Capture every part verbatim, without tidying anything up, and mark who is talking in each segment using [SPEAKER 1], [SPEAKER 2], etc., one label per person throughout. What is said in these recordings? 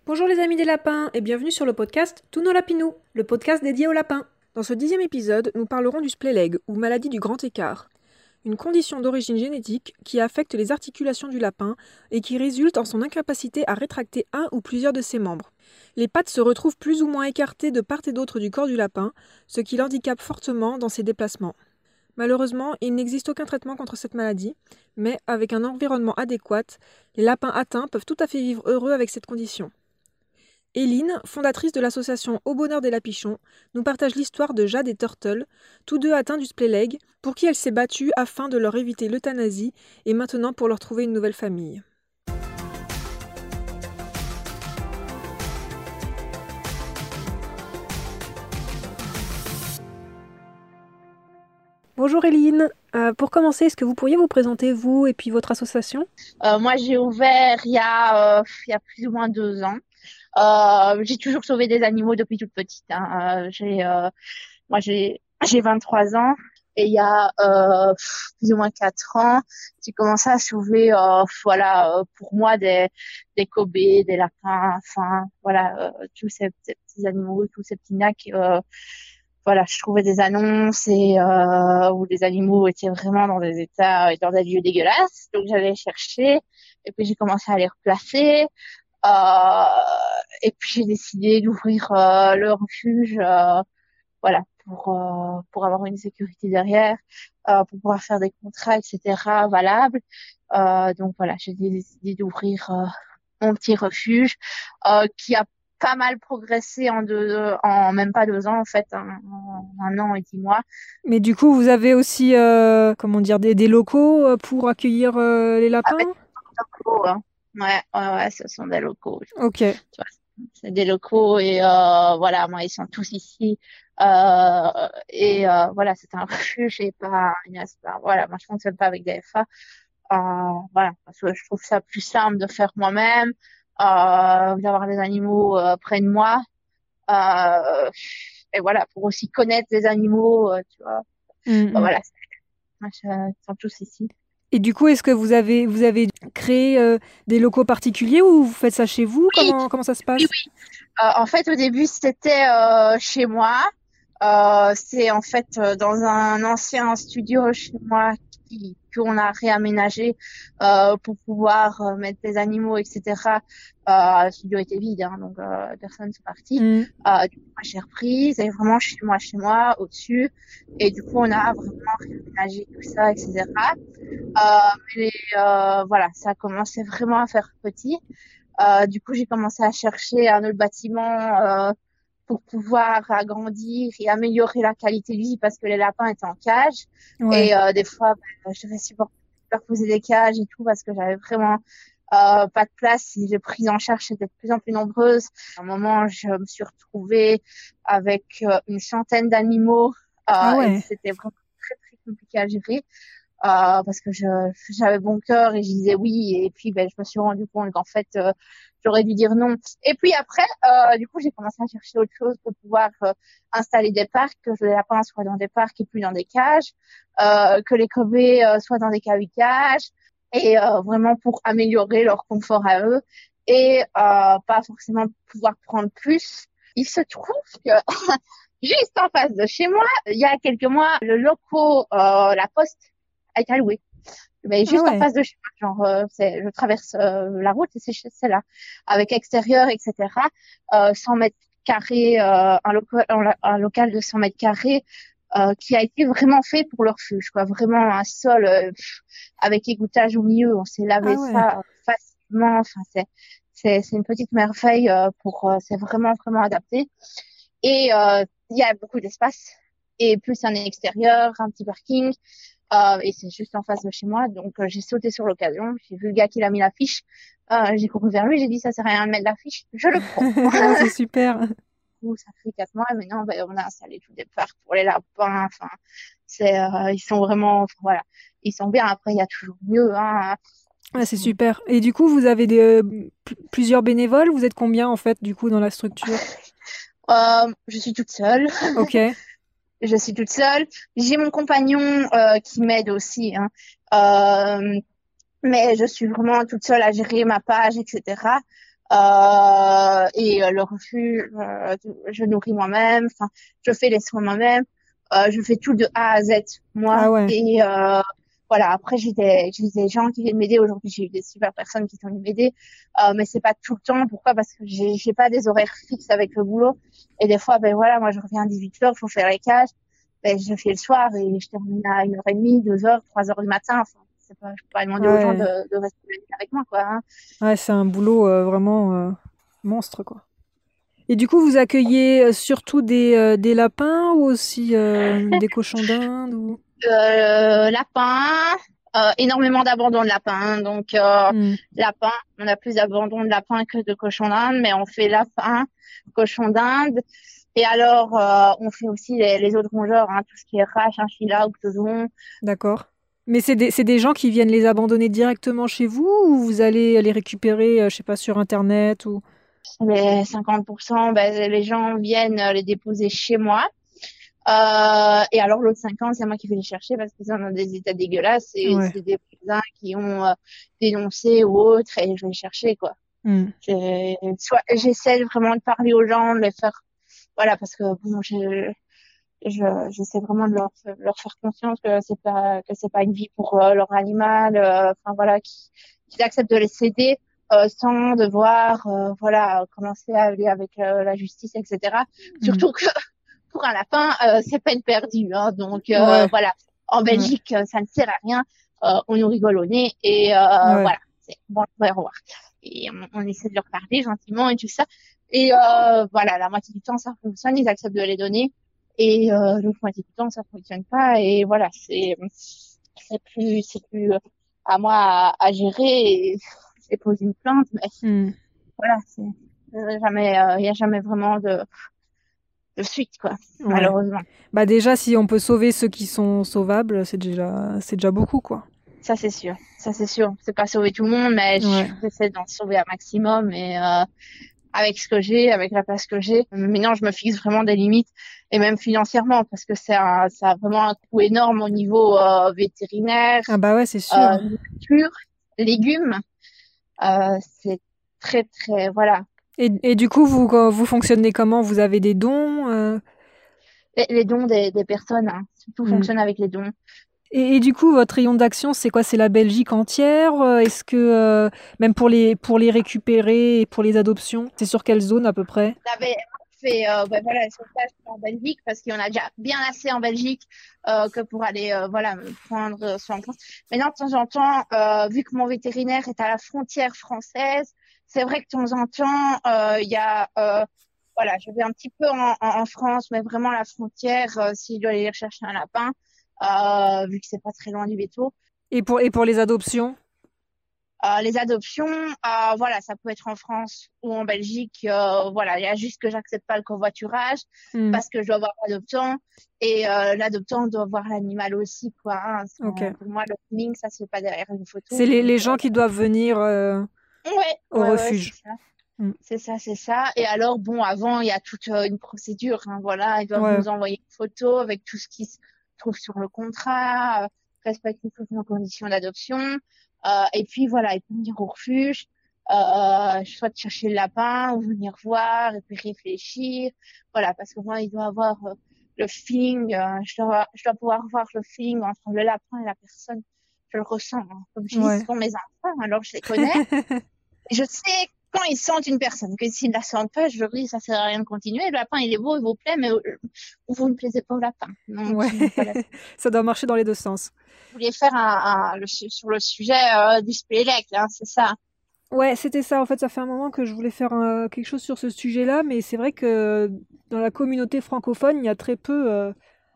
[SPEAKER 1] Bonjour les amis des lapins et bienvenue sur le podcast Tous nos lapinous, le podcast dédié aux lapins. Dans ce dixième épisode, nous parlerons du spléleg ou maladie du grand écart, une condition d'origine génétique qui affecte les articulations du lapin et qui résulte en son incapacité à rétracter un ou plusieurs de ses membres. Les pattes se retrouvent plus ou moins écartées de part et d'autre du corps du lapin, ce qui l'handicape fortement dans ses déplacements. Malheureusement, il n'existe aucun traitement contre cette maladie, mais avec un environnement adéquat, les lapins atteints peuvent tout à fait vivre heureux avec cette condition. Éline, fondatrice de l'association Au Bonheur des Lapichons, nous partage l'histoire de Jade et Turtle, tous deux atteints du spléleg, pour qui elle s'est battue afin de leur éviter l'euthanasie et maintenant pour leur trouver une nouvelle famille. Bonjour Éline, euh, pour commencer, est-ce que vous pourriez vous présenter vous et puis votre association ?
[SPEAKER 2] Euh, moi, j'ai ouvert il y a, euh, il y a plus ou moins deux ans. Euh, j'ai toujours sauvé des animaux depuis toute petite, hein. Euh, j'ai, euh, moi, j'ai, j'ai vingt-trois ans et il y a euh, plus ou moins quatre ans, j'ai commencé à sauver, euh, voilà, euh, pour moi des des Kobe, des lapins, enfin, voilà, euh, tous ces, ces petits animaux, tous ces petits nacs. Euh, voilà, je trouvais des annonces et euh, où les animaux étaient vraiment dans des états et dans des lieux dégueulasses. Donc j'allais chercher et puis j'ai commencé à les replacer. Euh, et puis j'ai décidé d'ouvrir euh, le refuge, euh, voilà, pour euh, pour avoir une sécurité derrière, euh, pour pouvoir faire des contrats, et cetera valables. Euh, donc voilà, j'ai décidé d'ouvrir euh, mon petit refuge euh, qui a pas mal progressé en deux, en même pas deux ans en fait, en, en un an et dix mois.
[SPEAKER 1] Mais du coup, vous avez aussi, euh, comment dire, des, des locaux euh, pour accueillir euh, les lapins ?
[SPEAKER 2] Avec des locaux, hein. Ouais, ouais, ouais, ce sont des locaux.
[SPEAKER 1] Ok.
[SPEAKER 2] Tu vois, c'est des locaux et euh, voilà, moi ils sont tous ici. Euh, et euh, voilà, c'est un refuge et pas une aspa. Voilà, moi je fonctionne pas avec des F A. Euh, voilà, parce que je trouve ça plus simple de faire moi-même, euh, d'avoir les animaux euh, près de moi. Euh, et voilà, pour aussi connaître les animaux, euh, tu vois.
[SPEAKER 1] Mm,
[SPEAKER 2] Bah,
[SPEAKER 1] mm.
[SPEAKER 2] voilà, moi, je- ils sont tous ici.
[SPEAKER 1] Et du coup, est-ce que vous avez, vous avez créé euh, des locaux particuliers ou vous faites ça chez vous ?
[SPEAKER 2] Oui,
[SPEAKER 1] Comment, comment ça se
[SPEAKER 2] oui,
[SPEAKER 1] passe ?
[SPEAKER 2] oui. Euh, en fait, au début, c'était euh, chez moi. Euh, c'est en fait euh, dans un ancien studio chez moi qui qu'on a réaménagé euh, pour pouvoir euh, mettre des animaux, et cetera. Euh, le studio était vide, hein, donc euh, personne n'est parti.
[SPEAKER 1] Mm.
[SPEAKER 2] Euh, du coup, moi, j'ai repris, c'est vraiment chez moi, chez moi, au-dessus. Et du coup, on a vraiment réaménagé tout ça, et cetera. Euh, mais euh, voilà, ça a commencé vraiment à faire petit. Euh, du coup, j'ai commencé à chercher un autre bâtiment euh, pour pouvoir agrandir et améliorer la qualité de vie parce que les lapins étaient en cage.
[SPEAKER 1] Ouais.
[SPEAKER 2] Et euh, des fois, ben, je devais supporter superposer des cages et tout parce que j'avais vraiment euh, pas de place. Et les prises en charge étaient de plus en plus nombreuses. À un moment, je me suis retrouvée avec euh, une centaine d'animaux
[SPEAKER 1] Ah
[SPEAKER 2] euh, et
[SPEAKER 1] ouais.
[SPEAKER 2] c'était vraiment très très compliqué à gérer euh, parce que je j'avais bon cœur et je disais oui et puis ben je me suis rendu compte qu'en fait euh, j'aurais dû dire non. Et puis après euh, du coup j'ai commencé à chercher autre chose pour pouvoir euh, installer des parcs, que les lapins soient dans des parcs et plus dans des cages, euh, que les Kobe euh, soient dans des cages et euh, vraiment pour améliorer leur confort à eux et euh, pas forcément pouvoir prendre plus. Il se trouve que juste en face de chez moi, il y a quelques mois, le loco, euh, la poste a été alloué. Mais
[SPEAKER 1] Ah
[SPEAKER 2] juste en
[SPEAKER 1] ouais.
[SPEAKER 2] face de chez moi, genre, euh, c'est, je traverse euh, la route et c'est chez- c'est là, avec extérieur, et cetera. Euh, cent mètres carrés, euh, un, local, un, un local de cent mètres carrés euh, qui a été vraiment fait pour le refuge, quoi. Vraiment un sol euh, pff, avec égouttage au milieu. On s'est lavé
[SPEAKER 1] Ah ouais.
[SPEAKER 2] ça euh, facilement. Enfin, c'est c'est c'est une petite merveille euh, pour. Euh, c'est vraiment vraiment adapté. Et euh, il y a beaucoup d'espace et plus un extérieur, un petit parking. Euh, et c'est juste en face de chez moi. Donc, euh, j'ai sauté sur l'occasion. J'ai vu le gars qui l'a mis l'affiche. Euh, j'ai couru vers lui. J'ai dit, ça sert à rien de mettre l'affiche. Je le prends.
[SPEAKER 1] Ah, c'est super.
[SPEAKER 2] Du coup, ça fait quatre mois. Maintenant, ben, on a installé tous des parcs pour les lapins. Enfin, c'est, euh, ils sont vraiment, enfin, voilà. Ils sont bien. Après, il y a toujours mieux, hein. Ils
[SPEAKER 1] Ah, c'est
[SPEAKER 2] sont,
[SPEAKER 1] super. Et du coup, vous avez des, euh, pl- plusieurs bénévoles. Vous êtes combien en fait du coup dans la structure ?
[SPEAKER 2] euh, je suis toute seule.
[SPEAKER 1] Ok.
[SPEAKER 2] Je suis toute seule. J'ai mon compagnon, euh, qui m'aide aussi, hein. Euh, mais je suis vraiment toute seule à gérer ma page, et cetera. Euh, et euh, le refuge, euh, je nourris moi-même. Enfin, je fais les soins moi-même. Euh, je fais tout de A à Z moi.
[SPEAKER 1] Ah ouais.
[SPEAKER 2] Et euh, voilà. Après, j'ai des, j'ai des gens qui viennent m'aider. Aujourd'hui, j'ai eu des super personnes qui sont venues m'aider, euh, mais c'est pas tout le temps. Pourquoi? Parce que j'ai, j'ai pas des horaires fixes avec le boulot. Et des fois, ben voilà, moi je reviens à dix-huit heures, faut faire les cages. Ben, je fais le soir et je termine à une heure trente, deux heures, trois heures du matin. Enfin, c'est pas, je peux pas demander aux gens de,
[SPEAKER 1] Ouais.
[SPEAKER 2] de rester avec moi, quoi. Hein.
[SPEAKER 1] Ouais, c'est un boulot euh, vraiment euh, monstre, quoi. Et du coup, vous accueillez euh, surtout des, euh, des lapins ou aussi euh, des cochons d'Inde ou...
[SPEAKER 2] Euh, lapin, euh, énormément d'abandon de lapins. Donc, euh,
[SPEAKER 1] Hmm.
[SPEAKER 2] lapin, on a plus d'abandon de lapins que de cochons d'Inde, mais on fait lapin, cochon d'Inde. Et alors, euh, on fait aussi les, les autres rongeurs, hein, tout ce qui est rat, chinchilla, octodon.
[SPEAKER 1] D'accord. Mais c'est des, c'est des gens qui viennent les abandonner directement chez vous ou vous allez les récupérer, euh, je sais pas, sur Internet ou...
[SPEAKER 2] Les cinquante pour cent, ben, les gens viennent euh, les déposer chez moi. Euh, et alors l'autre cinquante, c'est moi qui vais les chercher parce qu'ils sont dans des états dégueulasses et
[SPEAKER 1] Ouais.
[SPEAKER 2] c'est des voisins qui ont euh, dénoncé ou autre et je vais les chercher, quoi.
[SPEAKER 1] Hmm.
[SPEAKER 2] J'ai- Soit j'essaie vraiment de parler aux gens, de les faire, voilà, parce que bon, je, je, j'essaie vraiment de leur, leur faire conscience que c'est pas, que c'est pas une vie pour euh, leur animal, euh, enfin voilà, qui, qu'ils acceptent de les céder euh, sans devoir, euh, voilà, commencer à aller avec euh, la justice, et cetera.
[SPEAKER 1] Hmm.
[SPEAKER 2] Surtout que pour un lapin, euh, c'est peine perdue, hein, donc euh,
[SPEAKER 1] Ouais.
[SPEAKER 2] voilà. En
[SPEAKER 1] Ouais.
[SPEAKER 2] Belgique, euh, ça ne sert à rien, euh, on nous rigole au nez et euh,
[SPEAKER 1] Ouais.
[SPEAKER 2] voilà, c'est bon, au revoir. Et on, on essaie de leur parler gentiment et tout ça. Et euh, voilà, la moitié du temps, ça fonctionne, ils acceptent de les donner. Et euh, l'autre moitié du temps, ça fonctionne pas. Et voilà, c'est c'est plus c'est plus euh, à moi à, à gérer. Et j'ai posé une plainte, mais
[SPEAKER 1] Hmm.
[SPEAKER 2] voilà, c'est euh, jamais, il y a jamais vraiment de, de suite, quoi,
[SPEAKER 1] Ouais.
[SPEAKER 2] malheureusement.
[SPEAKER 1] Bah déjà, si on peut sauver ceux qui sont sauvables, c'est déjà, c'est déjà beaucoup, quoi.
[SPEAKER 2] Ça, c'est sûr. Ça, c'est sûr. C'est pas sauver tout le monde, mais
[SPEAKER 1] Ouais.
[SPEAKER 2] j'essaie d'en sauver un maximum. Et euh, avec ce que j'ai, avec la place que j'ai. Maintenant, je me fixe vraiment des limites, et même financièrement, parce que c'est un, ça a vraiment un coût énorme au niveau euh, vétérinaire,
[SPEAKER 1] Ah bah ouais, c'est sûr.
[SPEAKER 2] euh, nourriture, légumes. Euh, c'est très, très, voilà.
[SPEAKER 1] Et, et du coup, vous, quand vous fonctionnez comment? Vous avez des dons? euh
[SPEAKER 2] Les, les dons des, des personnes, hein. Tout
[SPEAKER 1] Hmm.
[SPEAKER 2] fonctionne avec les dons.
[SPEAKER 1] Et, et du coup, votre rayon d'action, c'est quoi? C'est la Belgique entière? Euh, Est-ce que, euh, même pour les, pour les récupérer et pour les adoptions, c'est sur quelle zone à peu près?
[SPEAKER 2] J'avais fait euh, ben voilà, le sauvetage en Belgique parce qu'il y en a déjà bien assez en Belgique euh, que pour aller euh, voilà, me prendre euh, soin en France. Maintenant, de temps en temps, euh, vu que mon vétérinaire est à la frontière française, c'est vrai que de temps en temps, euh, il y a, euh, voilà, je vais un petit peu en, en, en France, mais vraiment la frontière, euh, si je dois aller chercher un lapin, euh, vu que c'est pas très loin du veto.
[SPEAKER 1] Et pour, et pour les adoptions?
[SPEAKER 2] Euh, les adoptions, euh, voilà, ça peut être en France ou en Belgique. Euh, voilà, il y a juste que j'accepte pas le covoiturage
[SPEAKER 1] Hmm.
[SPEAKER 2] parce que je dois avoir l'adoptant et euh, l'adoptant doit voir l'animal aussi, quoi. Hein. Sans-
[SPEAKER 1] Ok.
[SPEAKER 2] pour moi, le feeling, ça se fait pas derrière une photo.
[SPEAKER 1] C'est les,
[SPEAKER 2] Donc,
[SPEAKER 1] les
[SPEAKER 2] euh,
[SPEAKER 1] gens qui doivent venir euh,
[SPEAKER 2] ouais,
[SPEAKER 1] au
[SPEAKER 2] ouais, ouais, c'est
[SPEAKER 1] refuge.
[SPEAKER 2] ça.
[SPEAKER 1] Hmm.
[SPEAKER 2] C'est ça, c'est ça. Et alors, bon, avant, il y a toute euh, une procédure. Hein, voilà, ils doivent
[SPEAKER 1] Ouais.
[SPEAKER 2] nous envoyer une photo avec tout ce qui se trouve sur le contrat, euh, respecter toutes nos conditions d'adoption. Euh, et puis voilà, ils peuvent venir au refuge, euh, soit chercher le lapin ou venir voir et puis réfléchir. Voilà, parce que moi, il doit avoir euh, le feeling. Euh, je dois, je dois pouvoir voir le feeling entre le lapin et la personne. Je le ressens. Hein. Comme je dis, ce
[SPEAKER 1] Ouais.
[SPEAKER 2] sont mes enfants, alors je les connais. Je sais quand ils sentent une personne, que s'ils ne la sentent pas, je leur dis, ça sert à rien de continuer. Le lapin, il est beau, il vous plaît, mais euh, vous ne plaisez pas au lapin. Donc,
[SPEAKER 1] Ouais.
[SPEAKER 2] euh, voilà.
[SPEAKER 1] Ça doit marcher dans les deux sens.
[SPEAKER 2] Je voulais faire un, un- le, sur le sujet euh, du spélec, hein, c'est ça.
[SPEAKER 1] Ouais, c'était ça. En fait, ça fait un moment que je voulais faire euh, quelque chose sur ce sujet-là, mais c'est vrai que dans la communauté francophone, il y a très peu. Euh,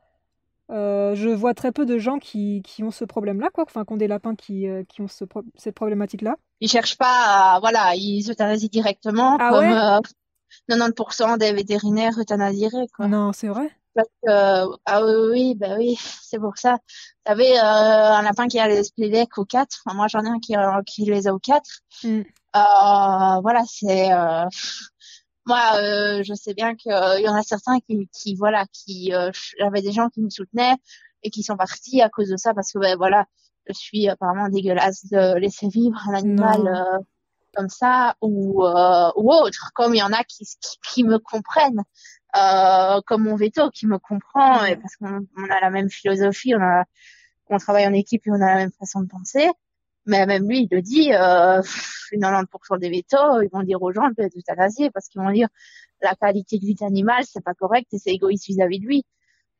[SPEAKER 1] euh, je vois très peu de gens qui, qui ont ce problème-là, quoi. Enfin, qui ont des lapins qui, euh, qui ont ce pro- cette problématique-là.
[SPEAKER 2] Ils cherchent pas à, voilà, ils euthanasient directement,
[SPEAKER 1] Ah
[SPEAKER 2] comme
[SPEAKER 1] ouais?
[SPEAKER 2] euh, quatre-vingt-dix pour cent des vétérinaires euthanasieraient, quoi.
[SPEAKER 1] Non, c'est vrai?
[SPEAKER 2] Parce que, ah oui, oui, bah oui, c'est pour ça. Vous savez, euh, un lapin qui a les spélecs aux quatre, enfin, moi j'en ai un qui, euh, qui les a aux quatre.
[SPEAKER 1] Hmm.
[SPEAKER 2] Euh, voilà, c'est euh, moi, euh, je sais bien qu'il y en a certains qui, qui voilà, qui euh, j'avais des gens qui me soutenaient et qui sont partis à cause de ça parce que ben voilà, je suis apparemment dégueulasse de laisser vivre un animal
[SPEAKER 1] Non.
[SPEAKER 2] euh, comme ça ou euh, ou autres, comme il y en a qui qui, qui me comprennent, euh, comme mon veto qui me comprend, et
[SPEAKER 1] Ouais.
[SPEAKER 2] parce qu'on on a la même philosophie, on a on travaille en équipe et on a la même façon de penser. Mais même lui, il le dit, euh, quatre-vingt-dix pour cent des vétos, ils vont dire aux gens de s'euthanasier parce qu'ils vont dire la qualité de vie de l'animal, c'est pas correct et c'est égoïste vis-à-vis de lui.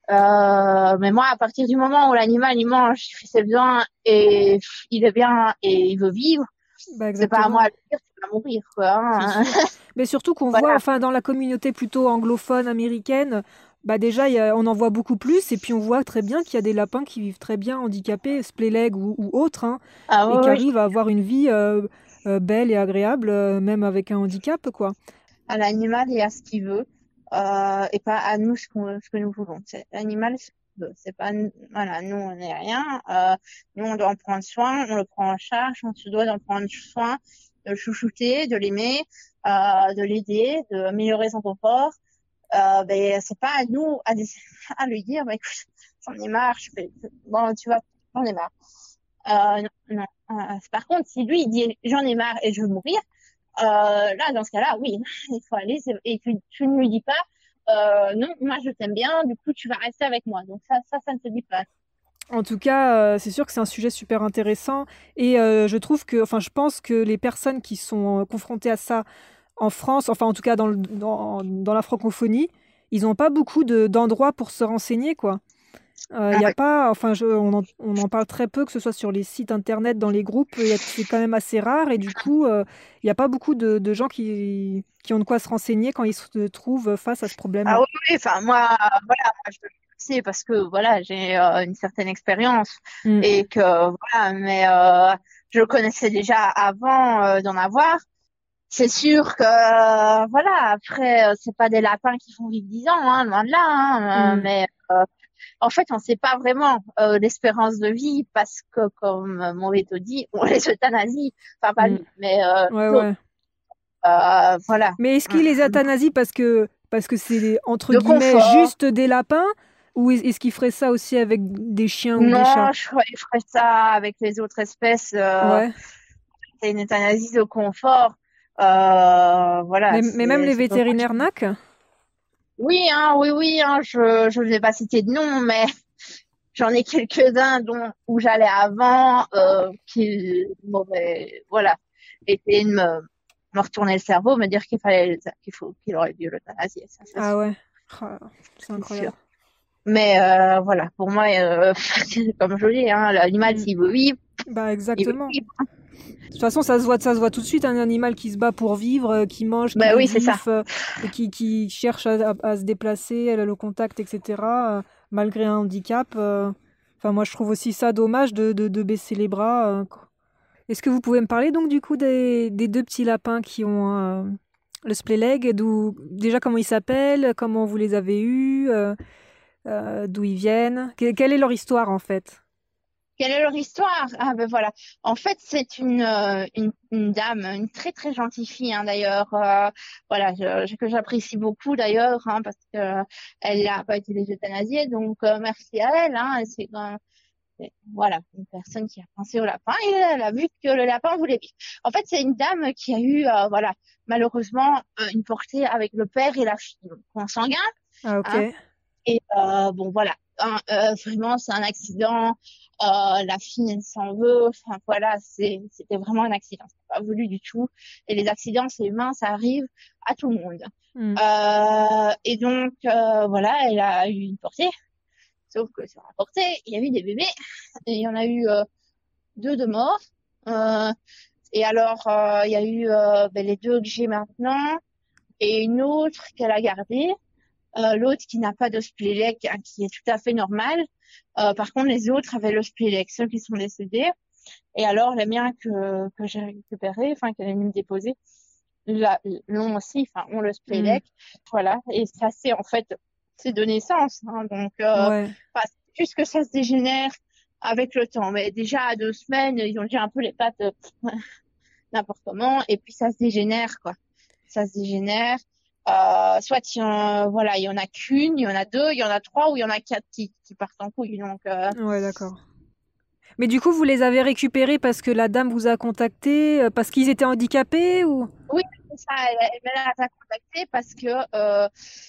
[SPEAKER 2] Euh, mais moi, à partir du moment où l'animal, il mange, il fait ses besoins et il est bien et il veut vivre,
[SPEAKER 1] Bah
[SPEAKER 2] c'est pas à
[SPEAKER 1] exactement,
[SPEAKER 2] moi de dire tu vas mourir, quoi.
[SPEAKER 1] c'est
[SPEAKER 2] Hein.
[SPEAKER 1] sûr. Mais surtout qu'on voit,
[SPEAKER 2] Voilà.
[SPEAKER 1] enfin, dans la communauté plutôt anglophone américaine, bah déjà, il y a- on en voit beaucoup plus, et puis on voit très bien qu'il y a des lapins qui vivent très bien handicapés, spléleg ou, ou autres, hein,
[SPEAKER 2] Ah
[SPEAKER 1] et qui
[SPEAKER 2] oui, oui.
[SPEAKER 1] arrivent à avoir une vie euh, euh, belle et agréable, euh, même avec un handicap, quoi.
[SPEAKER 2] À l'animal et à ce qu'il veut, euh, et pas à nous ce, qu'on, ce que nous voulons. C'est l'animal ce qu'il veut. C'est pas, voilà, nous on n'est rien. Euh, nous on doit en prendre soin, on le prend en charge, on se doit d'en prendre soin, de le chouchouter, de l'aimer, euh, de l'aider, d'améliorer son confort. Euh, ben c'est pas à nous à, à lui dire, bah, écoute, j'en ai marre, je fais, bon tu vois, j'en ai marre. Euh, non, non. Euh, par contre, si lui il dit j'en ai marre et je veux mourir, euh, là, dans ce cas-là, oui, il faut aller et tu, tu ne lui dis pas, euh, non, moi je t'aime bien, du coup tu vas rester avec moi. Donc ça, ça, ça ne se dit pas.
[SPEAKER 1] En tout cas, euh, c'est sûr que c'est un sujet super intéressant, et euh, je trouve que, enfin, je pense que les personnes qui sont euh, confrontées à ça en France, enfin, en tout cas dans, le- dans, dans la francophonie, ils n'ont pas beaucoup de, d'endroits pour se renseigner, quoi. Il
[SPEAKER 2] Ah
[SPEAKER 1] y a
[SPEAKER 2] ouais.
[SPEAKER 1] pas, enfin, je, on en, on en parle très peu, que ce soit sur les sites internet, dans les groupes, y a- c'est quand même assez rare, et du coup, euh, il n'y a pas beaucoup de, de gens qui, qui ont de quoi se renseigner quand ils se trouvent face à ce
[SPEAKER 2] Ah
[SPEAKER 1] problème-là.
[SPEAKER 2] oui, oui, enfin moi, voilà, moi je le sais parce que voilà, j'ai euh, une certaine expérience
[SPEAKER 1] Mm.
[SPEAKER 2] et que voilà, mais euh, je le connaissais déjà avant euh, d'en avoir. C'est sûr que euh, voilà, après euh, c'est pas des lapins qui font vivre dix ans, hein, loin de là, hein, euh,
[SPEAKER 1] Mm.
[SPEAKER 2] mais euh, en fait, on ne sait pas vraiment euh, l'espérance de vie parce que, comme euh, mon veto dit, on les euthanasie. Enfin, pas
[SPEAKER 1] Mm.
[SPEAKER 2] lui, mais euh,
[SPEAKER 1] Ouais,
[SPEAKER 2] d'autres.
[SPEAKER 1] ouais.
[SPEAKER 2] Euh, voilà.
[SPEAKER 1] Mais est-ce qu'il les euthanasie parce que parce que c'est entre
[SPEAKER 2] De
[SPEAKER 1] guillemets
[SPEAKER 2] confort.
[SPEAKER 1] juste des lapins, ou est- est-ce qu'il ferait ça aussi avec des chiens ou des chats?
[SPEAKER 2] Non, je ferais, je ferais ça avec les autres espèces. Euh,
[SPEAKER 1] Ouais.
[SPEAKER 2] c'est une euthanasie de confort. Euh, voilà,
[SPEAKER 1] Mais, mais même
[SPEAKER 2] c'est
[SPEAKER 1] les
[SPEAKER 2] c'est dommage.
[SPEAKER 1] vétérinaires N A C?
[SPEAKER 2] Oui, hein, oui, oui, hein, je je ne vais pas citer de nom, mais j'en ai quelques-uns dont où j'allais avant, euh, qui, bon, ben, voilà, essayer de me, me retourner le cerveau, me dire qu'il fallait, qu'il faut, qu'il aurait dû l'euthanasier, ça c'est
[SPEAKER 1] Ah
[SPEAKER 2] sûr,
[SPEAKER 1] ouais. Ah, c'est
[SPEAKER 2] c'est sûr.
[SPEAKER 1] incroyable.
[SPEAKER 2] Mais euh, voilà, pour moi, euh, comme je dis, hein, l'animal
[SPEAKER 1] Mm.
[SPEAKER 2] s'il veut vivre,
[SPEAKER 1] Bah
[SPEAKER 2] il veut
[SPEAKER 1] exactement.
[SPEAKER 2] vivre.
[SPEAKER 1] De toute façon, ça se voit, ça se voit tout de suite, un animal qui se bat pour vivre, euh, qui mange, qui
[SPEAKER 2] Ben
[SPEAKER 1] est
[SPEAKER 2] oui, c'est ça.
[SPEAKER 1] vif, euh, et qui, qui cherche à, à- à se déplacer, à le contact, et cetera, euh, malgré un handicap. euh. Enfin, moi, je trouve aussi ça dommage de, de, de baisser les bras. euh. Est-ce que vous pouvez me parler donc du coup des, des deux petits lapins qui ont euh, le spléleg, d'où déjà comment ils s'appellent, comment vous les avez eus, euh, euh, d'où ils viennent, Que- quelle est leur histoire en fait?
[SPEAKER 2] Quelle est leur histoire? Ah ben voilà. En fait, c'est une, euh, une, une dame, une très très gentille fille hein, d'ailleurs. Euh, voilà, je- que j'apprécie beaucoup d'ailleurs hein, parce que euh, elle n'a pas été euthanasiée, donc euh, merci à elle. Hein, c'est euh, c'est- voilà une personne qui a pensé au lapin et elle a vu que le lapin voulait vivre. En fait, c'est une dame qui a eu euh, voilà malheureusement euh, une portée avec le père et la fille, donc consanguin.
[SPEAKER 1] Ah
[SPEAKER 2] Hein,
[SPEAKER 1] ok.
[SPEAKER 2] et euh, bon, voilà, un, euh, vraiment, c'est un accident. Euh, la fille, elle s'en veut. Enfin, voilà, c'est, c'était vraiment un accident. C'est pas voulu du tout. Et les accidents, c'est humain, ça arrive à tout le monde.
[SPEAKER 1] Hmm.
[SPEAKER 2] Euh, et donc, euh, voilà, elle a eu une portée. Sauf que sur la portée, il y a eu des bébés. Et il y en a eu euh, deux de morts. Euh, et alors, euh, il y a eu euh, ben, les deux que j'ai maintenant et une autre qu'elle a gardée. Euh, l'autre qui n'a pas de splélex, hein, qui est tout à fait normal. Euh, par contre, les autres avaient le splélex, ceux qui sont décédés. Et alors, les miens que, que j'ai récupérés, enfin, qu'elle est venue me déposer, la- l'ont aussi, enfin, ont le
[SPEAKER 1] Hmm.
[SPEAKER 2] splélex. Voilà. Et ça, c'est en fait, c'est de naissance. Hein, donc, euh,
[SPEAKER 1] Ouais.
[SPEAKER 2] enfin, c'est juste que ça se dégénère avec le temps. Mais déjà, à deux semaines, ils ont déjà un peu les pattes euh, n'importe comment. Et puis, ça se dégénère, quoi. Ça se dégénère. Euh, soit il y en, voilà, il y en a qu'une, il y en a deux, il y en a trois ou il y en a quatre qui, qui partent en couille. Donc, euh,
[SPEAKER 1] Ouais, d'accord. Mais du coup, vous les avez récupérés parce que la dame vous a contacté, euh, parce qu'ils étaient handicapés ou?
[SPEAKER 2] Oui, c'est ça, elle, elle me l'a contacté parce que euh,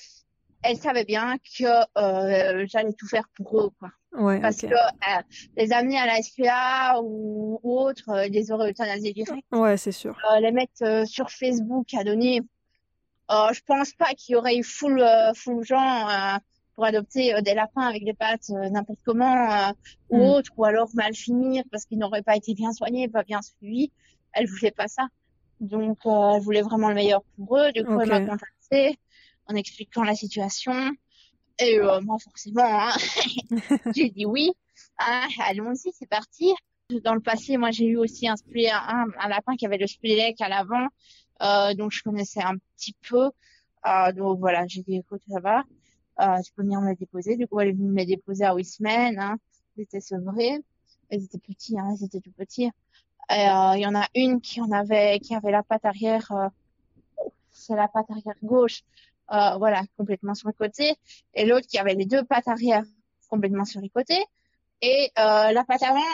[SPEAKER 2] elle savait bien que euh, j'allais tout faire pour eux, quoi.
[SPEAKER 1] Ouais,
[SPEAKER 2] Parce
[SPEAKER 1] ok.
[SPEAKER 2] que euh, les amener à la S P A ou, ou autre, euh, les aurait euthanasiés direct.
[SPEAKER 1] Ouais, c'est sûr.
[SPEAKER 2] Euh, les mettre euh, sur Facebook à donner, euh, je pense pas qu'il y aurait eu full, euh, full gens euh, pour adopter euh, des lapins avec des pattes euh, n'importe comment euh, ou
[SPEAKER 1] Hmm.
[SPEAKER 2] autre, ou alors mal finir parce qu'ils n'auraient pas été bien soignés, pas bien suivis. Elle voulait pas ça. Donc, euh, elle voulait vraiment le meilleur pour eux. Du coup, elle
[SPEAKER 1] Ok.
[SPEAKER 2] m'a contactée en expliquant la situation. Et euh, moi, forcément, hein, j'ai dit oui. Hein, allons-y, c'est parti. Dans le passé, moi, j'ai eu aussi un, spray, un, un lapin qui avait le spélec à l'avant, euh, donc je connaissais un petit peu. Euh, donc voilà, j'ai dit, écoute, ça va, euh, tu peux venir me les déposer. Du coup, elle est venue me les déposer à huit semaines. Hein. Ils étaient sevrés. Ils étaient petits, hein, ils étaient tout petits. Et euh, il y en a une qui en avait, qui avait la patte arrière, euh, c'est la patte arrière gauche, euh, voilà, complètement sur le côté, et l'autre qui avait les deux pattes arrière complètement sur les côtés, et euh, la patte avant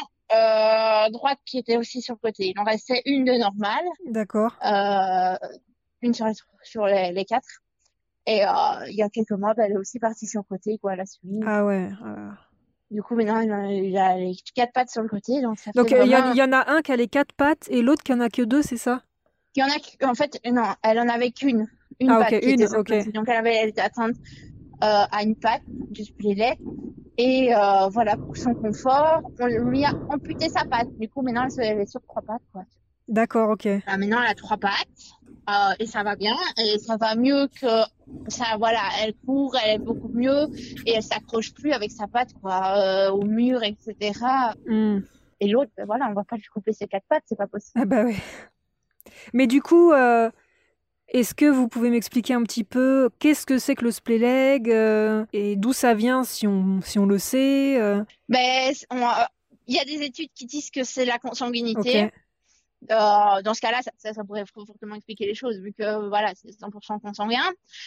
[SPEAKER 2] euh, droite qui était aussi sur le côté. Il en restait une de normale,
[SPEAKER 1] D'accord.
[SPEAKER 2] euh, une sur les, sur les, les quatre. Et euh, il y a quelques mois, bah, elle est aussi partie sur le côté, quoi, elle a suivi.
[SPEAKER 1] Ah ouais. euh.
[SPEAKER 2] Du coup, maintenant, il a, il a les quatre pattes sur le côté, donc ça fait
[SPEAKER 1] Donc, il y, en
[SPEAKER 2] vraiment.
[SPEAKER 1] y en a un qui a les quatre pattes et l'autre qui en a que deux, c'est ça?
[SPEAKER 2] Il y en a qui, en fait, non, elle en avait qu'une, une
[SPEAKER 1] Ah, ok,
[SPEAKER 2] patte qui
[SPEAKER 1] une,
[SPEAKER 2] était sur le
[SPEAKER 1] ok.
[SPEAKER 2] côté. Donc, elle avait, elle était atteinte euh, à une patte du splélet. Et euh, voilà, pour son confort, on lui a amputé sa patte. Du coup, maintenant, elle, se- elle est sur trois pattes, quoi.
[SPEAKER 1] D'accord, ok.
[SPEAKER 2] Là, maintenant, elle a trois pattes euh, et ça va bien. Et ça va mieux que ça. Voilà, elle court, elle est beaucoup mieux et elle s'accroche plus avec sa patte, quoi, euh, au mur, et cetera.
[SPEAKER 1] Hmm.
[SPEAKER 2] Et l'autre, ben voilà, on va pas lui couper ses quatre pattes, c'est pas possible.
[SPEAKER 1] Ah bah oui. Mais du coup, euh, est-ce que vous pouvez m'expliquer un petit peu qu'est-ce que c'est que le spray leg euh, et d'où ça vient si on, si on le sait euh,
[SPEAKER 2] Ben, on a- il y a des études qui disent que c'est la
[SPEAKER 1] Ok,
[SPEAKER 2] consanguinité. Euh, dans ce cas-là, ça, ça, ça pourrait fortement expliquer les choses, vu que voilà, c'est cent pour cent consanguin.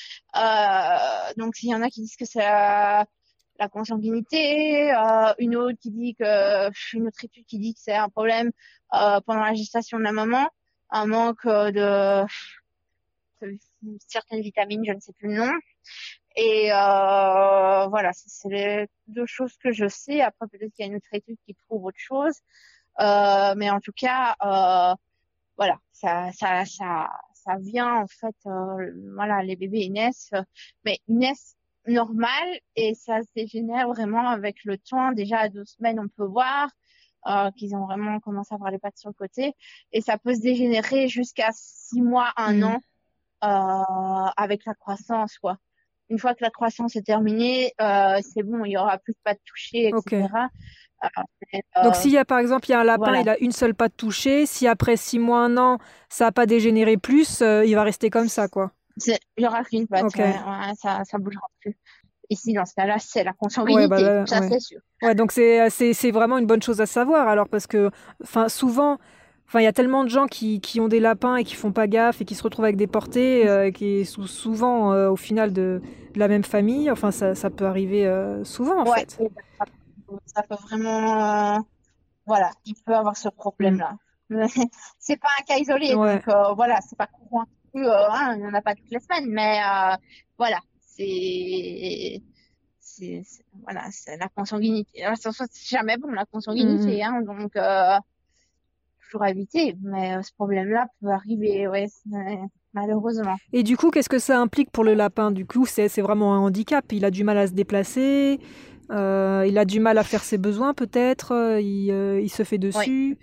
[SPEAKER 2] Euh, donc, il y en a qui disent que c'est la, la consanguinité, euh, une autre qui dit que, une autre étude qui dit que c'est un problème euh, pendant la gestation de la maman, un manque euh, de, de certaines vitamines, je ne sais plus le nom. Et euh, voilà, c'est c'est les deux choses que je sais. Après, peut-être qu'il y a une autre étude qui prouve autre chose. Euh, mais en tout cas, euh, voilà, ça, ça, ça, ça vient en fait, euh, voilà, les bébés ils naissent, euh, mais ils naissent normal et ça se dégénère vraiment avec le temps. Déjà à deux semaines, on peut voir euh, qu'ils ont vraiment commencé à avoir les pattes sur le côté et ça peut se dégénérer jusqu'à six mois, un
[SPEAKER 1] hmm,
[SPEAKER 2] an euh, avec la croissance, quoi. Une fois que la croissance est terminée, euh, c'est bon, il y aura plus de pattes touchées,
[SPEAKER 1] ok.
[SPEAKER 2] et cetera. Euh, mais,
[SPEAKER 1] Donc
[SPEAKER 2] euh,
[SPEAKER 1] s'il y a par exemple il y a un lapin,
[SPEAKER 2] voilà.
[SPEAKER 1] il a une seule patte touchée, si après six mois, un an, ça n'a pas dégénéré plus, euh, il va rester comme ça, quoi.
[SPEAKER 2] C'est- Il y aura qu'une patte,
[SPEAKER 1] Ok.
[SPEAKER 2] ouais, ouais, ça, ça bougera plus. Ici, dans ce cas-là, c'est la
[SPEAKER 1] Ouais, bah
[SPEAKER 2] consanguinité,
[SPEAKER 1] là,
[SPEAKER 2] ça
[SPEAKER 1] ouais.
[SPEAKER 2] c'est sûr.
[SPEAKER 1] Ouais, donc c'est c'est c'est vraiment une bonne chose à savoir alors parce que enfin souvent enfin il y a tellement de gens qui, qui ont des lapins et qui font pas gaffe et qui se retrouvent avec des portées euh, qui sont souvent euh, au final de, de la même famille, enfin ça ça peut arriver euh, souvent en
[SPEAKER 2] Ouais,
[SPEAKER 1] fait.
[SPEAKER 2] et ben, ça, peut ça peut vraiment, euh, voilà, il peut avoir ce
[SPEAKER 1] Hmm.
[SPEAKER 2] problème-là. Mais c'est pas un cas isolé,
[SPEAKER 1] Ouais.
[SPEAKER 2] donc euh, voilà, c'est pas courant non plus, euh, hein, il n'y en a pas toutes les semaines, mais euh, voilà, c'est, c'est, c'est- voilà, c'est la consanguinité. Alors, ça, ça, c'est jamais bon la
[SPEAKER 1] Hmm,
[SPEAKER 2] consanguinité, hein, donc euh, toujours à éviter, mais euh, ce problème-là peut arriver, ouais, c'est- malheureusement.
[SPEAKER 1] et du coup, qu'est-ce que ça implique pour le lapin? Du coup, c'est c'est vraiment un handicap. Il a du mal à se déplacer, euh, il a du mal à faire ses besoins peut-être, euh, il, euh, il se fait
[SPEAKER 2] Oui.
[SPEAKER 1] dessus.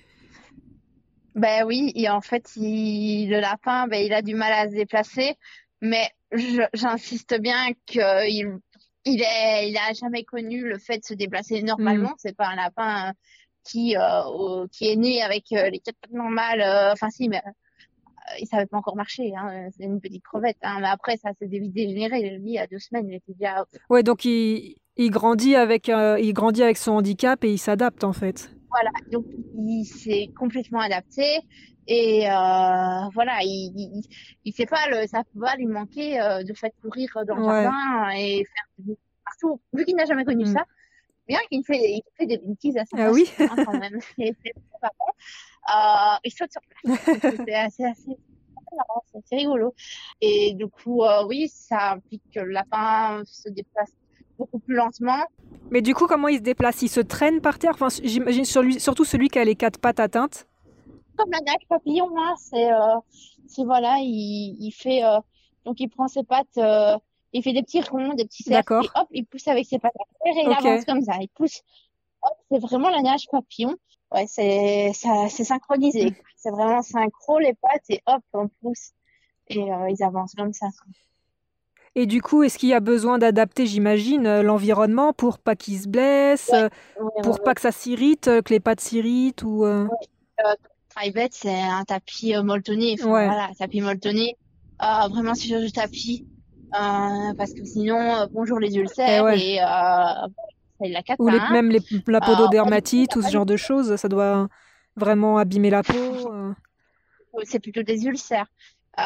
[SPEAKER 2] Ben oui, et en fait, il, le lapin, ben, il a du mal à se déplacer, mais je- j'insiste bien qu'il il est, il a jamais connu le fait de se déplacer
[SPEAKER 1] Hmm.
[SPEAKER 2] normalement. C'est pas un lapin qui, euh, au- qui est né avec euh, les quatre pattes normales. euh, Enfin si, mais euh, il savait pas encore marcher. Hein, c'est une petite crevette. Hein, mais après, ça s'est dé- dégénéré. Lui, à deux semaines, il était déjà
[SPEAKER 1] Ouais, donc il, il grandit avec, euh, il grandit avec son handicap et il s'adapte en fait.
[SPEAKER 2] voilà, donc il s'est complètement adapté et euh, voilà, il, il, il sait pas le, ça peut pas lui manquer euh, de fait courir dans le
[SPEAKER 1] Ouais.
[SPEAKER 2] jardin et faire du- partout. Vu qu'il n'a jamais connu
[SPEAKER 1] Mm.
[SPEAKER 2] ça, bien qu'il fait, il fait des bêtises assez
[SPEAKER 1] Ah oui?
[SPEAKER 2] faciles hein, quand même. C'est c'est pas bon. Euh, il saute sur place. Donc, C'est assez, assez marrant, c'est assez rigolo. Et du coup, euh, oui, ça implique que le lapin se déplace beaucoup plus lentement.
[SPEAKER 1] Mais du coup, comment il se déplace? Il se traîne par terre? Enfin, j'imagine sur lui- surtout celui qui a les quatre pattes atteintes.
[SPEAKER 2] Comme la nage papillon, hein, c'est, euh, c'est voilà, il, il fait, euh, donc il prend ses pattes, euh, il fait des petits ronds, des petits cercles, et
[SPEAKER 1] D'accord.
[SPEAKER 2] hop, il pousse avec ses pattes à terre et il
[SPEAKER 1] Ok.
[SPEAKER 2] avance comme ça. Il pousse, hop, c'est vraiment la nage papillon. Ouais, c'est, ça, c'est synchronisé, quoi. C'est vraiment synchro, les pattes, et hop, on pousse, et euh, ils avancent comme ça, quoi.
[SPEAKER 1] Et du coup, est-ce qu'il y a besoin d'adapter, j'imagine, euh, l'environnement pour pas qu'il se blesse,
[SPEAKER 2] Ouais,
[SPEAKER 1] euh,
[SPEAKER 2] ouais, ouais,
[SPEAKER 1] pour pas
[SPEAKER 2] ouais.
[SPEAKER 1] que ça s'irrite, euh, que les pattes s'irritent ou... euh,
[SPEAKER 2] Ouais. Euh, Tribet, c'est un tapis euh, molletonné, enfin
[SPEAKER 1] Ouais.
[SPEAKER 2] voilà, tapis molletonné, euh, vraiment sur du tapis, euh, parce que sinon, euh, bonjour les
[SPEAKER 1] Et
[SPEAKER 2] ulcères
[SPEAKER 1] ouais.
[SPEAKER 2] et euh, c'est la cata,
[SPEAKER 1] Ou les,
[SPEAKER 2] hein.
[SPEAKER 1] même les, la
[SPEAKER 2] Euh, moi, du coup,
[SPEAKER 1] pododermatite
[SPEAKER 2] t'as
[SPEAKER 1] ou ce
[SPEAKER 2] pas
[SPEAKER 1] genre de
[SPEAKER 2] d'ulcères,
[SPEAKER 1] choses, ça doit vraiment abîmer la peau. euh.
[SPEAKER 2] c'est plutôt des ulcères. Euh,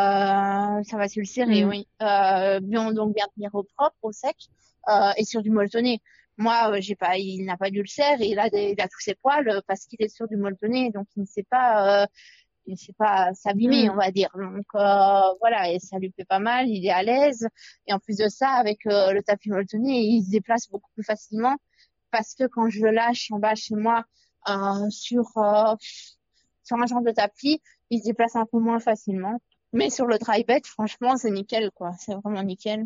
[SPEAKER 2] ça va s'ulcérer,
[SPEAKER 1] Hmm.
[SPEAKER 2] oui. Euh, bien, donc bien tenir au propre, au sec, euh, et sur du molletonné. Moi, euh, j'ai pas, il n'a pas d'ulcère et il a, des, il a tous ses poils euh, parce qu'il est sur du molletonné, donc il ne sait pas. Euh, il sait pas s'abîmer,
[SPEAKER 1] Hmm.
[SPEAKER 2] on va dire. Donc euh, voilà, et ça lui fait pas mal, il est à l'aise. Et en plus de ça, avec euh, le tapis molletonné, il se déplace beaucoup plus facilement parce que quand je le lâche en bas chez moi euh, sur euh, sur un genre de tapis, il se déplace un peu moins facilement. Mais sur le dry bed, franchement, c'est nickel, quoi. C'est vraiment nickel. Euh,